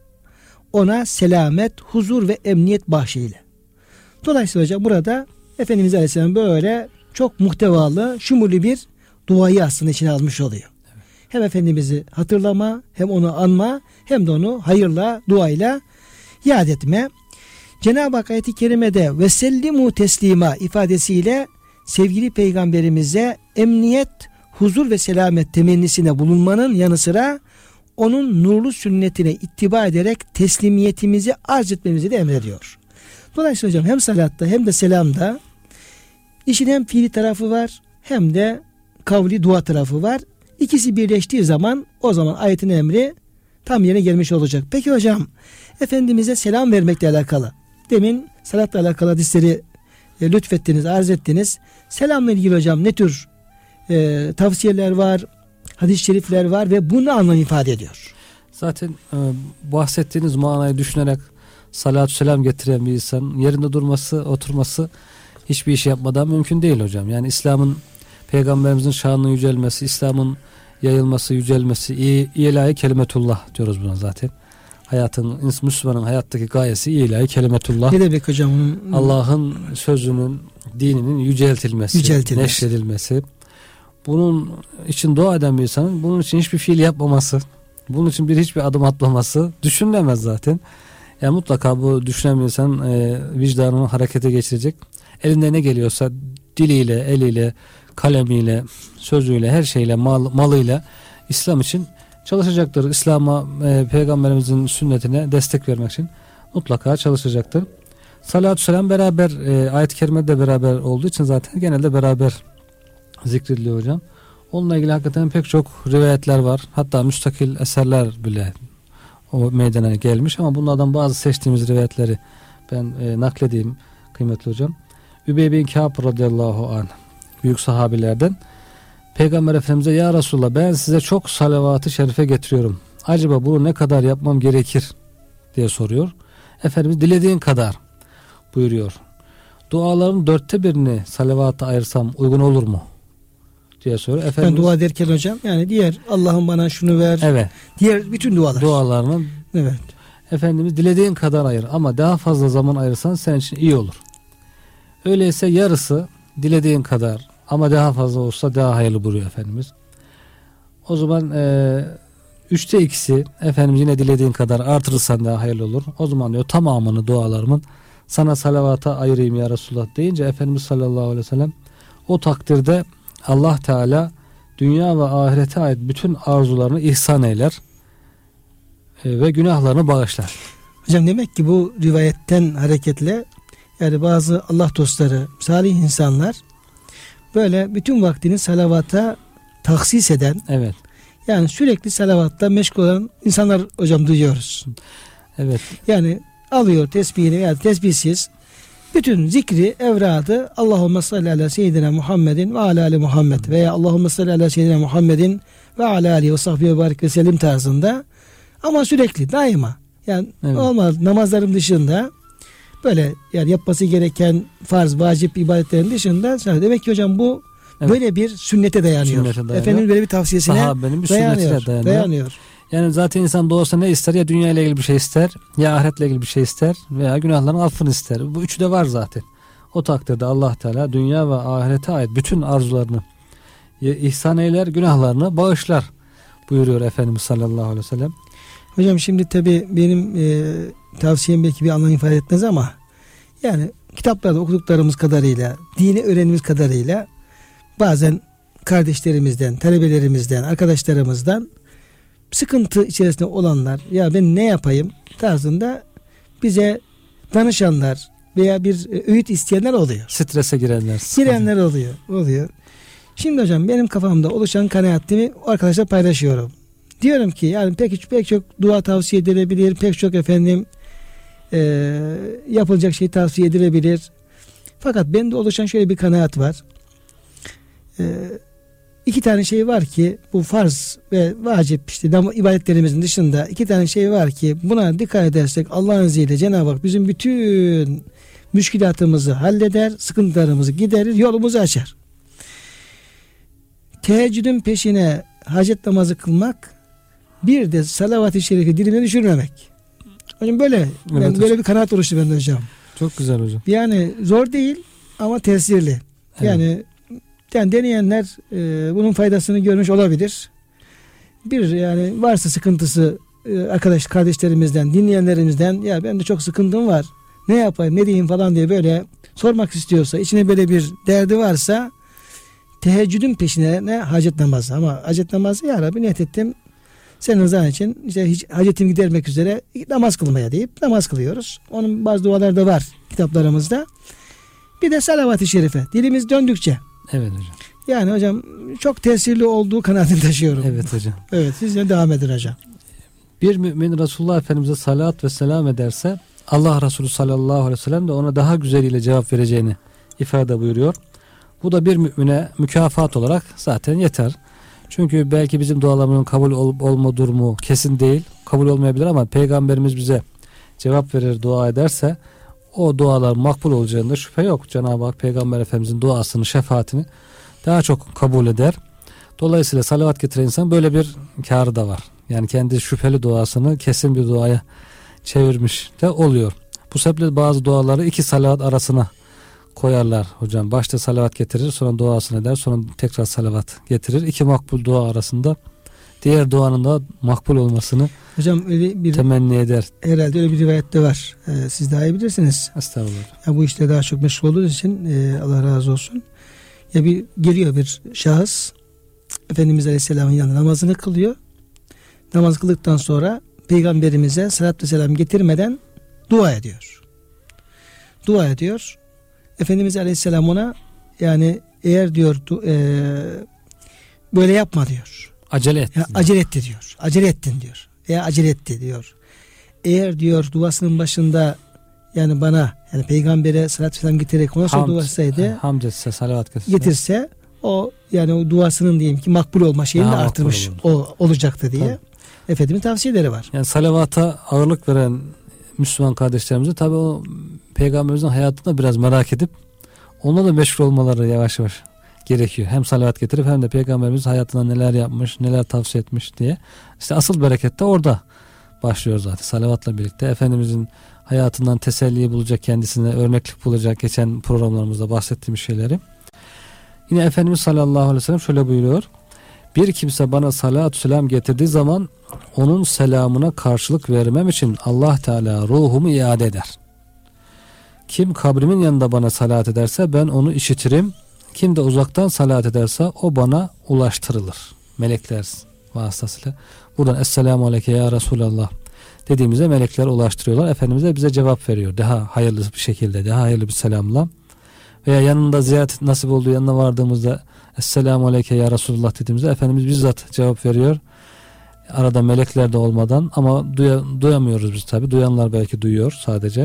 S2: Ona selamet, huzur ve emniyet bahşeyle. Dolayısıyla hocam burada Efendimiz Aleyhisselam böyle çok muhtevalı, şumurlu bir duayı aslında içine almış oluyor. Evet. Hem Efendimiz'i hatırlama, hem onu anma, hem de onu hayırla, duayla yad etme. Cenab-ı Hak ayet-i kerimede ve sellimu teslima ifadesiyle sevgili peygamberimize emniyet, huzur ve selamet temennisine bulunmanın yanı sıra onun nurlu sünnetine ittiba ederek teslimiyetimizi arz etmemizi de emrediyor. Dolayısıyla hocam hem salatta hem de selamda işin hem fiili tarafı var hem de kavli dua tarafı var. İkisi birleştiği zaman o zaman ayetin emri tam yerine gelmiş olacak. Peki hocam Efendimiz'e selam vermekle alakalı, demin salatla alakalı hadisleri e, lütfettiniz, arz ettiniz. Selamla ilgili hocam ne tür e, tavsiyeler var, hadis-i şerifler var ve bu ne anlam ifade ediyor?
S3: Zaten e, bahsettiğiniz manayı düşünerek salatü selam getiren bir insan yerinde durması, oturması hiçbir iş yapmadan mümkün değil hocam. Yani İslam'ın, peygamberimizin şanının yücelmesi, İslam'ın yayılması, yücelmesi, ilahi kelimetullah diyoruz buna zaten. Hayatın, Müslümanın hayattaki gayesi ilahi kelimetullah.
S2: Ne demek hocam?
S3: Allah'ın sözünün, dininin yüceltilmesi,
S2: yüceltilmesi,
S3: neşredilmesi. Bunun için dua eden bir insanın bunun için hiçbir fiil yapmaması, bunun için bir hiçbir adım atmaması düşünülemez zaten. Yani mutlaka bu düşünen bir insan e, vicdanını harekete geçirecek. Elinde ne geliyorsa diliyle, eliyle, kalemiyle, sözüyle, her şeyle, mal, malıyla İslam için çalışacaktır. İslam'a, e, peygamberimizin sünnetine destek vermek için mutlaka çalışacaktır. Salatü selam beraber, e, ayet-i kerimede beraber olduğu için zaten genelde beraber zikrediliyor hocam. Onunla ilgili hakikaten pek çok rivayetler var. Hatta müstakil eserler bile o meydana gelmiş ama bunlardan bazı seçtiğimiz rivayetleri ben e, nakledeyim kıymetli hocam. Übey bin Kâb radıyallahu anh, büyük sahabilerden, Peygamber Efendimiz'e ya Resulallah ben size çok salavat-ı şerife getiriyorum. Acaba bunu ne kadar yapmam gerekir diye soruyor. Efendimiz dilediğin kadar buyuruyor. Duaların dörtte birini salavata ayırsam uygun olur mu diye soruyor. Efendimiz,
S2: ben dua derken hocam yani diğer Allah'ım bana şunu ver.
S3: Evet.
S2: Diğer bütün dualar.
S3: Dualarının
S2: evet.
S3: Efendimiz dilediğin kadar ayır ama daha fazla zaman ayırırsan senin için iyi olur. Öyleyse yarısı dilediğin kadar ama daha fazla olsa daha hayırlı buyuruyor Efendimiz. O zaman e, üçte ikisi Efendimiz yine dilediğin kadar artırırsan daha hayırlı olur. O zaman diyor tamamını dualarımın sana salavata ayırayım ya Resulullah deyince Efendimiz sallallahu aleyhi ve sellem o takdirde Allah Teala dünya ve ahirete ait bütün arzularını ihsan eyler e, ve günahlarını bağışlar.
S2: Hocam demek ki bu rivayetten hareketle yani bazı Allah dostları, salih insanlar böyle bütün vaktini salavata tahsis eden,
S3: evet.
S2: Yani sürekli salavatta meşgul olan insanlar hocam duyuyoruz.
S3: Evet.
S2: Yani alıyor tesbihini veya tesbihsiz bütün zikri, evradı Allahümme salli ala seyyidina Muhammedin ve ala ali Muhammed veya Allahümme salli ala seyyidina Muhammedin ve ala ali ve sahbihi ve barik ve sellim tarzında ama sürekli daima yani evet. Olmaz namazların dışında böyle yani yapması gereken farz, vacip ibadetlerin dışında demek ki hocam bu evet. Böyle bir sünnete dayanıyor. Sünnete dayanıyor. Efendimiz böyle bir tavsiyesine
S3: Sahabenin bir
S2: dayanıyor.
S3: dayanıyor.
S2: dayanıyor.
S3: Yani zaten insan doğası ne ister? Ya dünya ile ilgili bir şey ister, ya ahiretle ilgili bir şey ister veya günahların affını ister. Bu üçü de var zaten. O takdirde Allah Teala dünya ve ahirete ait bütün arzularını ihsan eyler, günahlarını bağışlar buyuruyor Efendimiz sallallahu aleyhi ve sellem.
S2: Hocam şimdi tabi benim e, tavsiyem belki bir anlam ifade etmez ama yani kitaplarda okuduklarımız kadarıyla, dini öğrenimiz kadarıyla bazen kardeşlerimizden, talebelerimizden, arkadaşlarımızdan sıkıntı içerisinde olanlar ya ben ne yapayım tarzında bize danışanlar veya bir öğüt isteyenler oluyor.
S3: Strese girenler.
S2: Girenler oluyor. oluyor. Şimdi hocam benim kafamda oluşan kanaatimi arkadaşlar paylaşıyorum. Diyorum ki yani pek, pek çok dua tavsiye edilebilir, pek çok efendim e, yapılacak şey tavsiye edilebilir. Fakat bende oluşan şöyle bir kanaat var. E, iki tane şey var ki bu farz ve vacip işte ibadetlerimizin dışında iki tane şey var ki buna dikkat edersek Allah'ın izniyle Cenab-ı Hak bizim bütün müşkilatımızı halleder, sıkıntılarımızı giderir, yolumuzu açar. Teheccüdün peşine hacet namazı kılmak, bir de salavat-ı şerifi diline düşürmemek. Hocam böyle, evet, ben hocam. Böyle bir kanaat oluştu bende hocam.
S3: Çok güzel hocam.
S2: Yani zor değil ama tesirli. Evet. Yani yani deneyenler e, bunun faydasını görmüş olabilir. Bir yani varsa sıkıntısı e, arkadaş kardeşlerimizden, dinleyenlerimizden ya ben de çok sıkıntım var. Ne yapayım, ne diyeyim falan diye böyle sormak istiyorsa, içine böyle bir derdi varsa teheccüdün peşine ne hacet namazı ama hacet namazı ya Rabbi niyet ettim senin rızan için işte hiç hacetimi gidermek üzere namaz kılmaya deyip namaz kılıyoruz. Onun bazı duaları da var kitaplarımızda. Bir de salavat-ı şerife dilimiz döndükçe.
S3: Evet hocam.
S2: Yani hocam çok tesirli olduğu kanaatini taşıyorum.
S3: Evet hocam.
S2: Evet sizden devam edin hocam.
S3: Bir mümin Resulullah Efendimiz'e salat ve selam ederse Allah Resulü sallallahu aleyhi ve sellem de ona daha güzeliyle cevap vereceğini ifade buyuruyor. Bu da bir mümine mükafat olarak zaten yeter. Çünkü belki bizim dualarımızın kabul olup olma durumu kesin değil. Kabul olmayabilir ama Peygamberimiz bize cevap verir, dua ederse o dualar makbul olacağında şüphe yok. Cenab-ı Hak Peygamber Efendimizin duasını, şefaatini daha çok kabul eder. Dolayısıyla salavat getiren insan böyle bir kârı da var. Yani kendi şüpheli duasını kesin bir duaya çevirmiş de oluyor. Bu sebeple bazı duaları iki salavat arasına koyarlar hocam. Başta salavat getirir, sonra duasını eder, sonra tekrar salavat getirir. İki makbul dua arasında diğer duanın da makbul olmasını
S2: hocam öyle bir
S3: temenni eder.
S2: Herhalde öyle bir rivayette var. Ee, siz daha iyi bilirsiniz.
S3: Estağfurullah.
S2: Ya bu işte daha çok meşgul olduğunuz için e, Allah razı olsun. Ya bir geliyor bir şahıs Efendimiz Aleyhisselam'ın yanında namazını kılıyor. Namaz kıldıktan sonra Peygamberimize salatü selam getirmeden dua ediyor. Dua ediyor. Efendimiz Aleyhisselam ona yani eğer diyor e, böyle yapma diyor.
S3: Acele et.
S2: Ya, acele etti diyor. Acele ettin diyor. Veya acele etti diyor. eğer diyor duasının başında yani bana yani peygambere salatü selam getirerek ona sonra dua etseydi,
S3: hamd etse, salavat getirse,
S2: getirse o yani o duasının diyelim ki makbul olma şeyini de artırmış o, olacaktı diye. Tabii. Efendimiz tavsiyeleri var.
S3: Yani salavata ağırlık veren Müslüman kardeşlerimize tabi o peygamberimizin hayatını biraz merak edip onunla da meşgul olmaları yavaş yavaş gerekiyor. Hem salavat getirip hem de peygamberimiz hayatında neler yapmış, neler tavsiye etmiş diye. İşte asıl bereket de orada başlıyor zaten salavatla birlikte. Efendimizin hayatından teselli bulacak, kendisine örneklik bulacak, geçen programlarımızda bahsettiğim şeyleri. Yine Efendimiz sallallahu aleyhi ve sellem şöyle buyuruyor. Bir kimse bana salatü selam getirdiği zaman onun selamına karşılık vermem için Allah Teala ruhumu iade eder. Kim kabrimin yanında bana salat ederse ben onu işitirim. Kim de uzaktan salat ederse o bana ulaştırılır. Melekler vasıtasıyla. Buradan Esselamu Aleyke ya Resulallah dediğimizde melekler ulaştırıyorlar. Efendimiz de bize cevap veriyor. Daha hayırlı bir şekilde, daha hayırlı bir selamla. Veya yanında ziyaret nasip olduğu yanına vardığımızda Esselamu Aleyke ya Resulullah dediğimizde Efendimiz bizzat cevap veriyor. Arada melekler de olmadan ama duya, duyamıyoruz biz tabi. Duyanlar belki duyuyor sadece.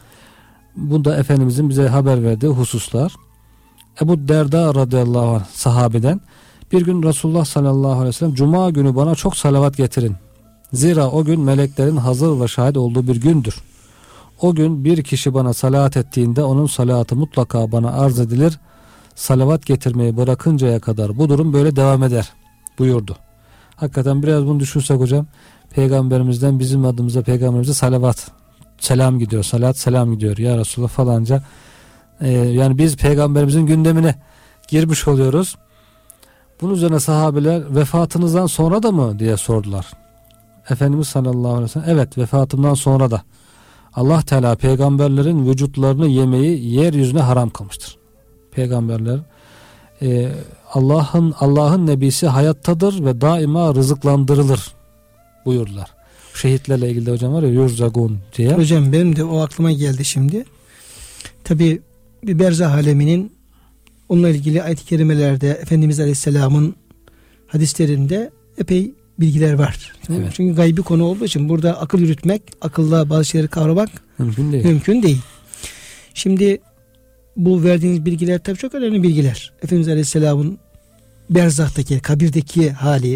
S3: Bu da Efendimizin bize haber verdiği hususlar. Ebu Derda radıyallahu anh sahabeden bir gün Resulullah sallallahu aleyhi ve sellem Cuma günü bana çok salavat getirin. Zira o gün meleklerin hazır ve şahit olduğu bir gündür. O gün bir kişi bana salat ettiğinde onun salatı mutlaka bana arz edilir. Salavat getirmeyi bırakıncaya kadar bu durum böyle devam eder buyurdu. Hakikaten biraz bunu düşünsek hocam, peygamberimizden bizim adımıza peygamberimize salavat selam gidiyor, salat selam gidiyor ya Resulullah falanca. Ee, yani biz peygamberimizin gündemine girmiş oluyoruz. Bunun üzerine sahabeler vefatınızdan sonra da mı diye sordular. Efendimiz sallallahu aleyhi ve sellem evet vefatımdan sonra da Allah Teala peygamberlerin vücutlarını yemeyi yeryüzüne haram kılmıştır. Peygamberler e, Allah'ın Allah'ın nebisi hayattadır ve daima rızıklandırılır buyurdular. Şehitlerle ilgili de hocam var ya yurzagun diye.
S2: Hocam benim de o aklıma geldi şimdi. Tabi bir berzah aleminin onunla ilgili ayet-i kerimelerde Efendimiz Aleyhisselam'ın hadislerinde epey bilgiler var. Evet. Çünkü gaybi konu olduğu için burada akıl yürütmek, akılla bazı şeyleri kavramak mümkün değil. Mümkün değil. Şimdi bu verdiğiniz bilgiler tabii çok önemli bilgiler. Efendimiz Aleyhisselam'ın berzahtaki, kabirdeki hali.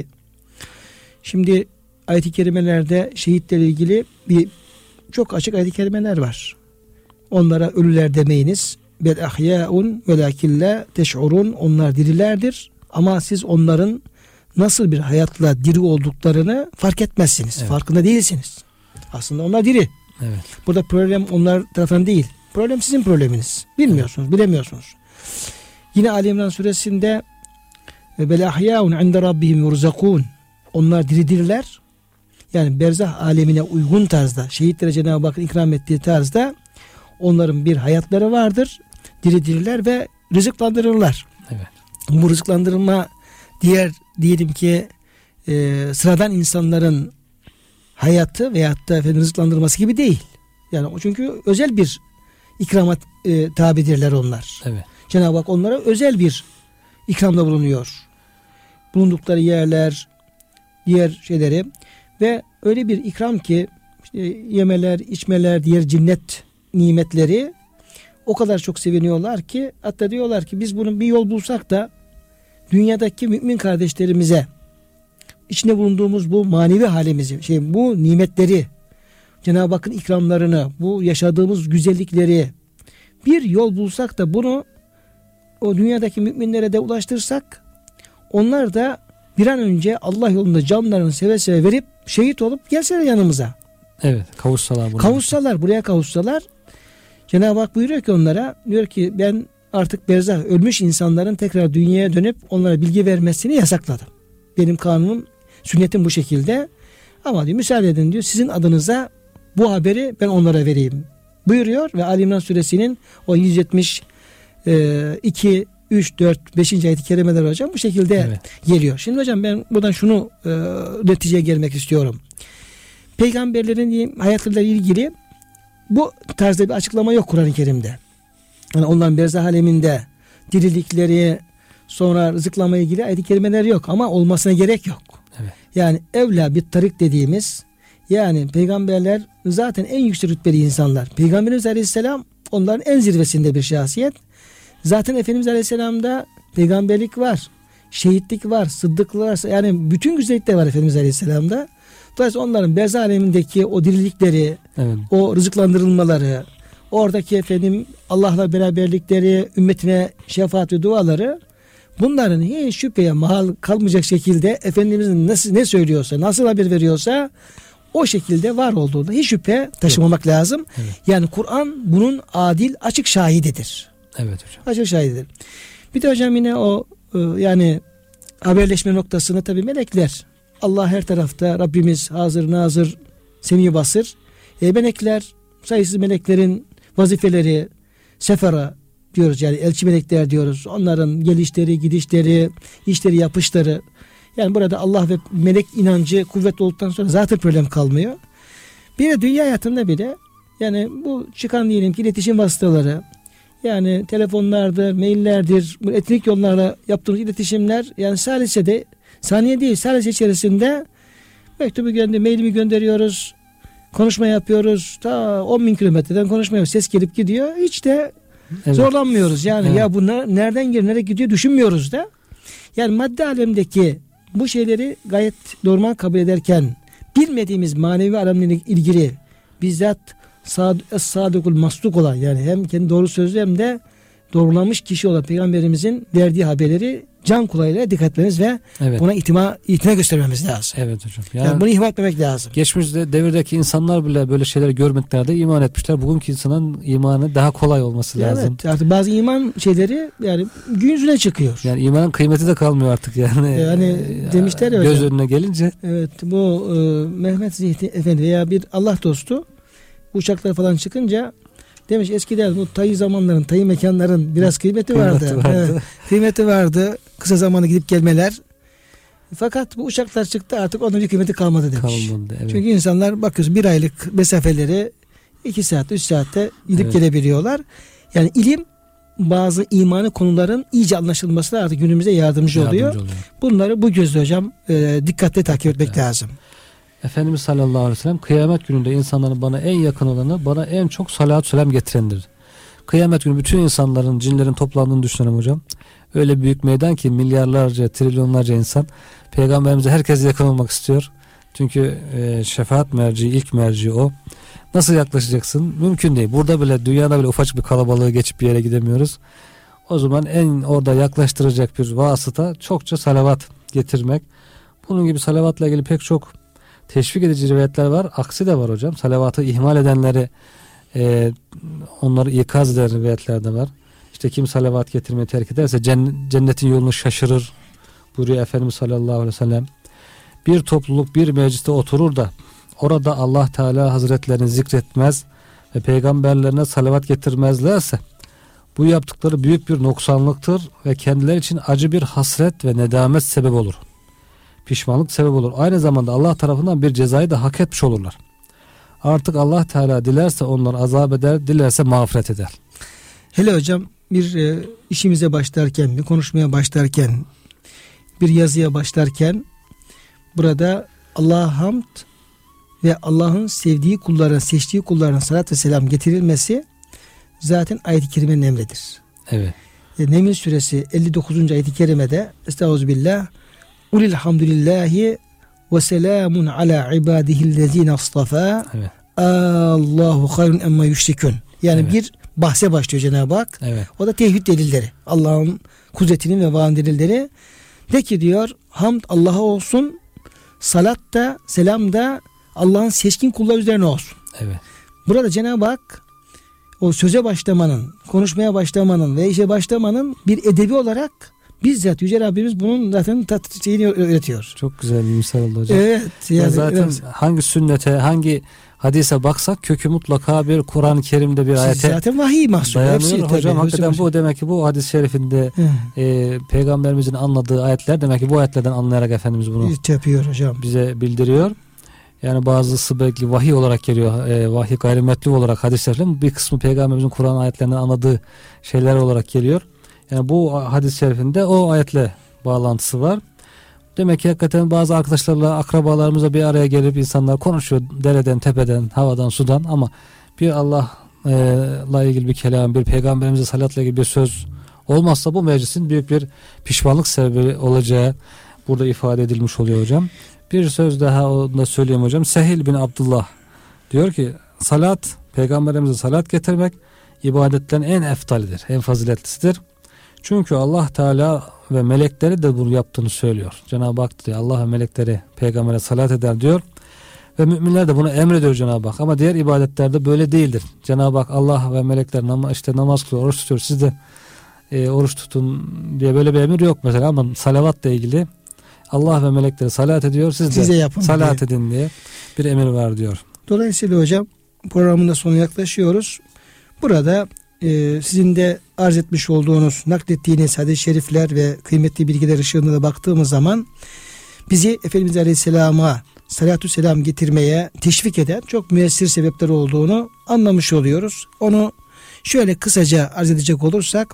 S2: Şimdi ayet-i kerimelerde şehitlerle ilgili bir çok açık ayet-i kerimeler var. Onlara ölüler demeyiniz. Bel ahya'un velakin la teş'urun. Onlar dirilerdir ama siz onların nasıl bir hayatla diri olduklarını fark etmezsiniz. Evet. Farkında değilsiniz. Aslında onlar diri.
S3: Evet.
S2: Burada problem onlar tarafından değil. Problem sizin probleminiz. Bilmiyorsunuz, evet. Bilemiyorsunuz. Yine Ali İmran suresinde bel ahya'un inde rabbihim yurzakun. Onlar diridirler. Yani berzah alemine uygun tarzda, şehitlere Cenab-ı Hakk'ın ikram ettiği tarzda onların bir hayatları vardır. Diridirler ve rızıklandırırlar.
S3: Evet.
S2: Bu rızıklandırma diğer diyelim ki e, sıradan insanların hayatı veyahut da efendim rızıklandırması gibi değil. Yani o çünkü özel bir ikrama e, tabidirler onlar.
S3: Evet.
S2: Cenab-ı Hak onlara özel bir ikramda bulunuyor. Bulundukları yerler, diğer şeyleri ve öyle bir ikram ki işte yemeler, içmeler, diğer cennet nimetleri o kadar çok seviniyorlar ki hatta diyorlar ki biz bunun bir yol bulsak da dünyadaki mümin kardeşlerimize içinde bulunduğumuz bu manevi halimizi, şey bu nimetleri, Cenab-ı Hakk'ın ikramlarını, bu yaşadığımız güzellikleri bir yol bulsak da bunu o dünyadaki müminlere de ulaştırsak onlar da bir an önce Allah yolunda canlarını seve seve verip şehit olup gelseler yanımıza.
S3: Evet, kavuşsalar buraya.
S2: Kavuşsalar, buraya kavuşsalar Cenab-ı Hak buyuruyor ki onlara, diyor ki ben artık berzah ölmüş insanların tekrar dünyaya dönüp onlara bilgi vermesini yasakladım. Benim kanunum, sünnetim bu şekilde. Ama diyor müsaade edin diyor sizin adınıza bu haberi ben onlara vereyim buyuruyor ve Ali İmran suresinin o yüz yetmiş iki, üç, dört, beşinci ayet-i kerimeler hocam bu şekilde evet. Geliyor. Şimdi hocam ben buradan şunu e, neticeye gelmek istiyorum. Peygamberlerin hayatlarıyla ilgili bu tarzda bir açıklama yok Kur'an-ı Kerim'de. Yani onların berzah aleminde dirilikleri, sonra rızıklama ilgili ayet-i kerimeler yok ama olmasına gerek yok.
S3: Evet.
S2: Yani evla bir tarik dediğimiz Yani peygamberler zaten en yüksek rütbeli insanlar. Peygamberimiz Aleyhisselam onların en zirvesinde bir şahsiyet. Zaten Efendimiz Aleyhisselam'da peygamberlik var, şehitlik var, sıddıklık var. Yani bütün güzellikler var Efendimiz Aleyhisselam'da. Dolayısıyla onların berzah alemindeki o dirilikleri, evet, o rızıklandırılmaları, oradaki efendim Allah'la beraberlikleri, ümmetine şefaat ve duaları, bunların hiç şüpheye mahal kalmayacak şekilde Efendimizin nasıl ne söylüyorsa, nasıl haber veriyorsa o şekilde var olduğunda hiç şüphe taşımamak evet. lazım. Evet. Yani Kur'an bunun adil, açık şahididir.
S3: Evet hocam.
S2: Açık şahididir. Bir de hocam yine o yani haberleşme noktasında tabii melekler. Allah her tarafta, Rabbimiz hazır nazır, semi basır. E, melekler, sayısız meleklerin vazifeleri, sefera diyoruz, yani elçi melekler diyoruz. Onların gelişleri, gidişleri, işleri, yapışları. Yani burada Allah ve melek inancı kuvvetli olduktan sonra zaten problem kalmıyor. Bir de dünya hayatında bile yani bu çıkan diyelim ki iletişim vasıtaları, yani telefonlardır, maillerdir, bu etnik yollarla yaptığımız iletişimler, yani sadece de saniye değil, sadece içerisinde mektubu gönder, mailimi gönderiyoruz, konuşma yapıyoruz, ta on bin kilometreden konuşma yapıyoruz, ses gelip gidiyor, hiç de evet. zorlanmıyoruz. Yani evet. ya bunlar nereden geliyor, nereye gidiyor düşünmüyoruz da. Yani madde alemdeki bu şeyleri gayet normal kabul ederken bilmediğimiz manevi alemle ilgili bizzat sadıkul masduk olan, yani hem kendi doğru sözlü hem de doğrulanmış kişi olan Peygamberimizin verdiği haberleri can kulağıyla dikkat etmemiz ve evet. buna itima, itina göstermemiz lazım.
S3: Evet hocam.
S2: Yani, yani bunu ihmal etmemek lazım.
S3: Geçmişte devirdeki insanlar bile böyle şeyleri görmeklerinde iman etmişler. Bugünkü insanın imanı daha kolay olması
S2: evet,
S3: lazım.
S2: Artık bazı iman şeyleri yani gün yüzüne çıkıyor.
S3: Yani imanın kıymeti de kalmıyor artık yani.
S2: Yani ya, demişler ya
S3: göz
S2: hocam,
S3: önüne gelince.
S2: Evet, bu e, Mehmet Zihni Efendi veya bir Allah dostu uçaklar falan çıkınca demiş, eskiden bu tayı zamanların, tayı mekanların biraz kıymeti vardı.
S3: Kıymeti vardı.
S2: Evet, kıymeti vardı. Kısa zamanı gidip gelmeler. Fakat bu uçaklar çıktı, artık onun bir kıymeti kalmadı demiş.
S3: Kalmadı, evet.
S2: Çünkü insanlar bakıyoruz bir aylık mesafeleri iki saat, üç saatte gidip evet. gelebiliyorlar. Yani ilim bazı imani konuların iyice anlaşılmasına artık günümüzde yardımcı, yardımcı oluyor. oluyor. Bunları bu gözle hocam e, dikkatle takip etmek evet. lazım.
S3: Efendimiz sallallahu aleyhi ve sellem kıyamet gününde insanların bana en yakın olanı, bana en çok salatü selam getirendir. Kıyamet günü bütün insanların, cinlerin toplandığını düşünelim hocam. Öyle büyük meydan ki milyarlarca, trilyonlarca insan Peygamberimize herkes yakın olmak istiyor. Çünkü e, şefaat merci, ilk merci o. Nasıl yaklaşacaksın? Mümkün değil. Burada bile, dünyada bile ufacık bir kalabalığı geçip bir yere gidemiyoruz. O zaman en orada yaklaştıracak bir vasıta çokça salavat getirmek. Bunun gibi salavatla ilgili pek çok teşvik edici rivayetler var. Aksi de var hocam. Salavatı ihmal edenleri, e, onları ikaz eden rivayetler de var. İşte kim salavat getirmeyi terk ederse cennetin yolunu şaşırır buyuruyor Efendimiz sallallahu aleyhi ve sellem. Bir topluluk bir mecliste oturur da orada Allah Teala Hazretlerini zikretmez ve peygamberlerine salavat getirmezlerse bu yaptıkları büyük bir noksanlıktır ve kendileri için acı bir hasret ve nedamet sebep olur. Pişmanlık sebep olur. Aynı zamanda Allah tarafından bir cezayı da hak etmiş olurlar. Artık Allah Teala dilerse onları azap eder, dilerse mağfiret eder.
S2: Hele hocam bir e, işimize başlarken, bir konuşmaya başlarken, bir yazıya başlarken burada Allah'a hamd ve Allah'ın sevdiği kullarına, seçtiği kullarına salat ve selam getirilmesi zaten ayet-i kerimenin emridir.
S3: Evet.
S2: E, Neml suresi elli dokuzuncu ayet-i kerimede Estağfirullah Ulilhamdülillahi ve selamun ala ibadihillezine astafa. Evet. Allahu hayrun emma yüşrikün. Yani evet. bir bahse başlıyor Cenab-ı Hak.
S3: Evet.
S2: O da tevhid delilleri. Allah'ın kudretinin ve vaadinin delilleri. De ki diyor, hamd Allah'a olsun, salat da, selam da Allah'ın seçkin kulları üzerine olsun.
S3: Evet.
S2: Burada Cenab-ı Hak o söze başlamanın, konuşmaya başlamanın ve işe başlamanın bir edebi olarak bizzat Yüce Rabbimiz bunun zaten şeyini öğretiyor.
S3: Çok güzel bir misal oldu hocam.
S2: Evet. Yani,
S3: ya zaten
S2: evet.
S3: hangi sünnete, hangi hadise baksak kökü mutlaka bir Kur'an-ı Kerim'de bir ayete
S2: zaten vahiy mahsul.
S3: dayanıyor. Hocam tabii, hakikaten bu demek ki bu hadis-i şerifinde e, Peygamberimizin anladığı ayetler, demek ki bu ayetlerden anlayarak Efendimiz bunu
S2: yapıyor hocam.
S3: Bize bildiriyor. Yani bazısı belki vahiy olarak geliyor. E, vahiy gayrimetlu olarak hadislerin bir kısmı Peygamberimizin Kur'an ayetlerinden anladığı şeyler olarak geliyor. Yani bu hadis-i şerifinde o ayetle bağlantısı var. Demek ki hakikaten bazı arkadaşlarla, akrabalarımızla bir araya gelip insanlar konuşuyor dereden, tepeden, havadan, sudan, ama bir Allah'la ilgili bir kelam, bir peygamberimize salatla ilgili bir söz olmazsa bu meclisin büyük bir pişmanlık sebebi olacağı burada ifade edilmiş oluyor hocam. Bir söz daha onu da söyleyeyim hocam. Sehil bin Abdullah diyor ki salat, peygamberimize salat getirmek ibadetlerin en eftalidir, en faziletlisidir. Çünkü Allah Teala ve melekleri de bunu yaptığını söylüyor. Cenab-ı Hak diyor Allah ve melekleri peygambere salat eder diyor. Ve müminler de bunu emrediyor Cenab-ı Hak. Ama diğer ibadetlerde böyle değildir. Cenab-ı Hak Allah ve melekler nam- işte namaz kılıyor, oruç tutuyor. Siz de e, oruç tutun diye böyle bir emir yok mesela, ama salavatla ilgili Allah ve melekleri salat ediyor. Siz
S2: Size
S3: de
S2: yapın
S3: salat
S2: diye.
S3: edin diye bir emir var diyor.
S2: Dolayısıyla hocam programın da sonuna yaklaşıyoruz. Burada e, sizin de arz etmiş olduğunuz, naklettiğiniz hadis-i şerifler ve kıymetli bilgiler ışığında da baktığımız zaman bizi Efendimiz Aleyhisselam'a salatü selam getirmeye teşvik eden çok müessir sebepler olduğunu anlamış oluyoruz. Onu şöyle kısaca arz edecek olursak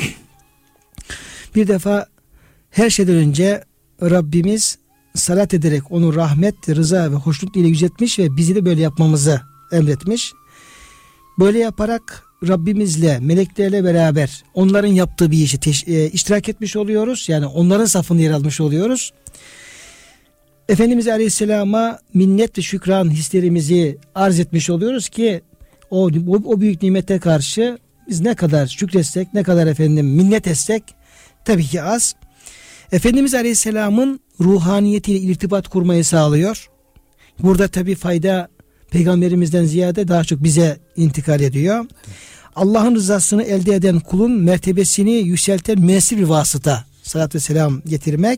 S2: bir defa her şeyden önce Rabbimiz salat ederek onu rahmet, rıza ve hoşnut ile yüceltmiş ve bizi de böyle yapmamızı emretmiş. Böyle yaparak Rabbimizle, meleklerle beraber onların yaptığı bir işi teş- e, iştirak etmiş oluyoruz. Yani onların safında yer almış oluyoruz. Efendimiz Aleyhisselam'a minnet ve şükran hislerimizi arz etmiş oluyoruz ki o, o, o büyük nimete karşı biz ne kadar şükretsek, ne kadar efendim minnet etsek tabii ki az. Efendimiz Aleyhisselam'ın ruhaniyetiyle irtibat kurmayı sağlıyor. Burada tabii fayda peygamberimizden ziyade daha çok bize intikal ediyor. Allah'ın rızasını elde eden kulun mertebesini yükselten müessir bir vasıta salatü selam getirmek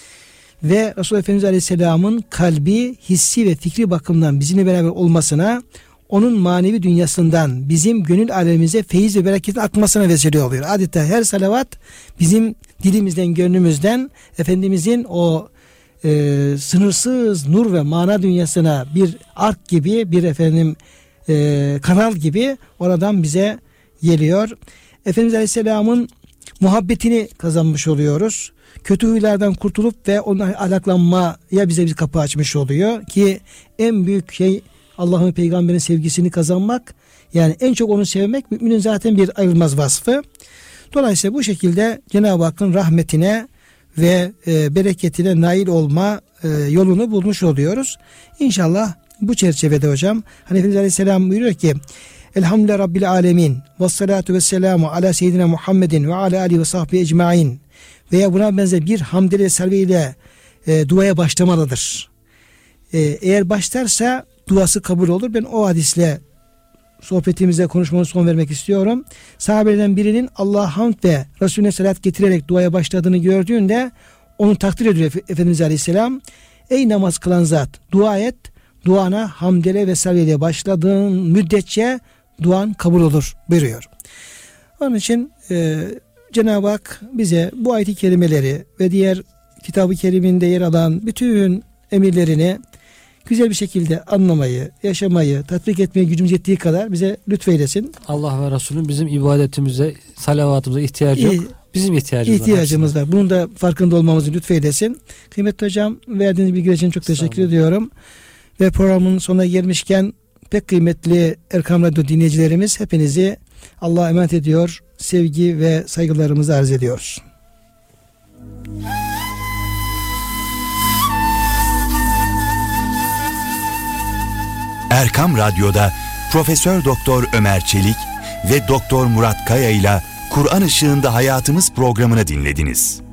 S2: ve Resulullah Efendimiz Aleyhisselam'ın kalbi, hissi ve fikri bakımdan bizimle beraber olmasına, onun manevi dünyasından bizim gönül alemimize feyiz ve bereketin akmasına vesile oluyor. Adeta her salavat bizim dilimizden, gönlümüzden Efendimizin o e, sınırsız nur ve mana dünyasına bir ark gibi, bir efendim e, kanal gibi oradan bize geliyor. Efendimiz Aleyhisselam'ın muhabbetini kazanmış oluyoruz. Kötü huylardan kurtulup ve onunla ahlaklanmaya bize bir kapı açmış oluyor ki en büyük şey Allah'ın, peygamberin sevgisini kazanmak. Yani en çok onu sevmek müminin zaten bir ayrılmaz vasfı. Dolayısıyla bu şekilde Cenab-ı Hakk'ın rahmetine ve e, bereketine nail olma e, yolunu bulmuş oluyoruz. İnşallah bu çerçevede hocam hani Efendimiz Aleyhisselam buyuruyor ki Elhamdülillah Rabbil Alemin ve salatu ve selamu ala seyyidina Muhammedin ve ala alihi ve sahbihi ecmain veya buna benzer bir hamd ile selve ile e, duaya başlamalıdır. E, eğer başlarsa duası kabul olur. Ben o hadisle sohbetimize, konuşmamıza son vermek istiyorum. Sahabelerden birinin Allah'a hamd ve Resulüne salat getirerek duaya başladığını gördüğünde onu takdir ediyor Efendimiz Aleyhisselam. Ey namaz kılan zat, dua et, duana hamdele ve selveyle başladığın müddetçe duan kabul olur buyuruyor. Onun için e, Cenab-ı Hak bize bu ayet-i kerimeleri ve diğer kitab-ı keriminde yer alan bütün emirlerini güzel bir şekilde anlamayı, yaşamayı, tatbik etmeye gücümüz yettiği kadar bize lütfeylesin.
S3: Allah ve Resulün bizim ibadetimize, salavatımıza ihtiyacı yok. Bizim ihtiyacımız,
S2: ihtiyacımız var. var. Bunun da farkında olmamızı lütfeylesin. Kıymetli hocam, verdiğiniz bilgiler için çok teşekkür ediyorum. Ve programın sonuna gelmişken pek kıymetli Erkam Radyo dinleyicilerimiz, hepinizi Allah'a emanet ediyor. Sevgi ve saygılarımızı arz ediyoruz.
S1: Erkam Radyo'da Profesör Doktor Ömer Çelik ve Doktor Murat Kaya ile Kur'an Işığında Hayatımız programını dinlediniz.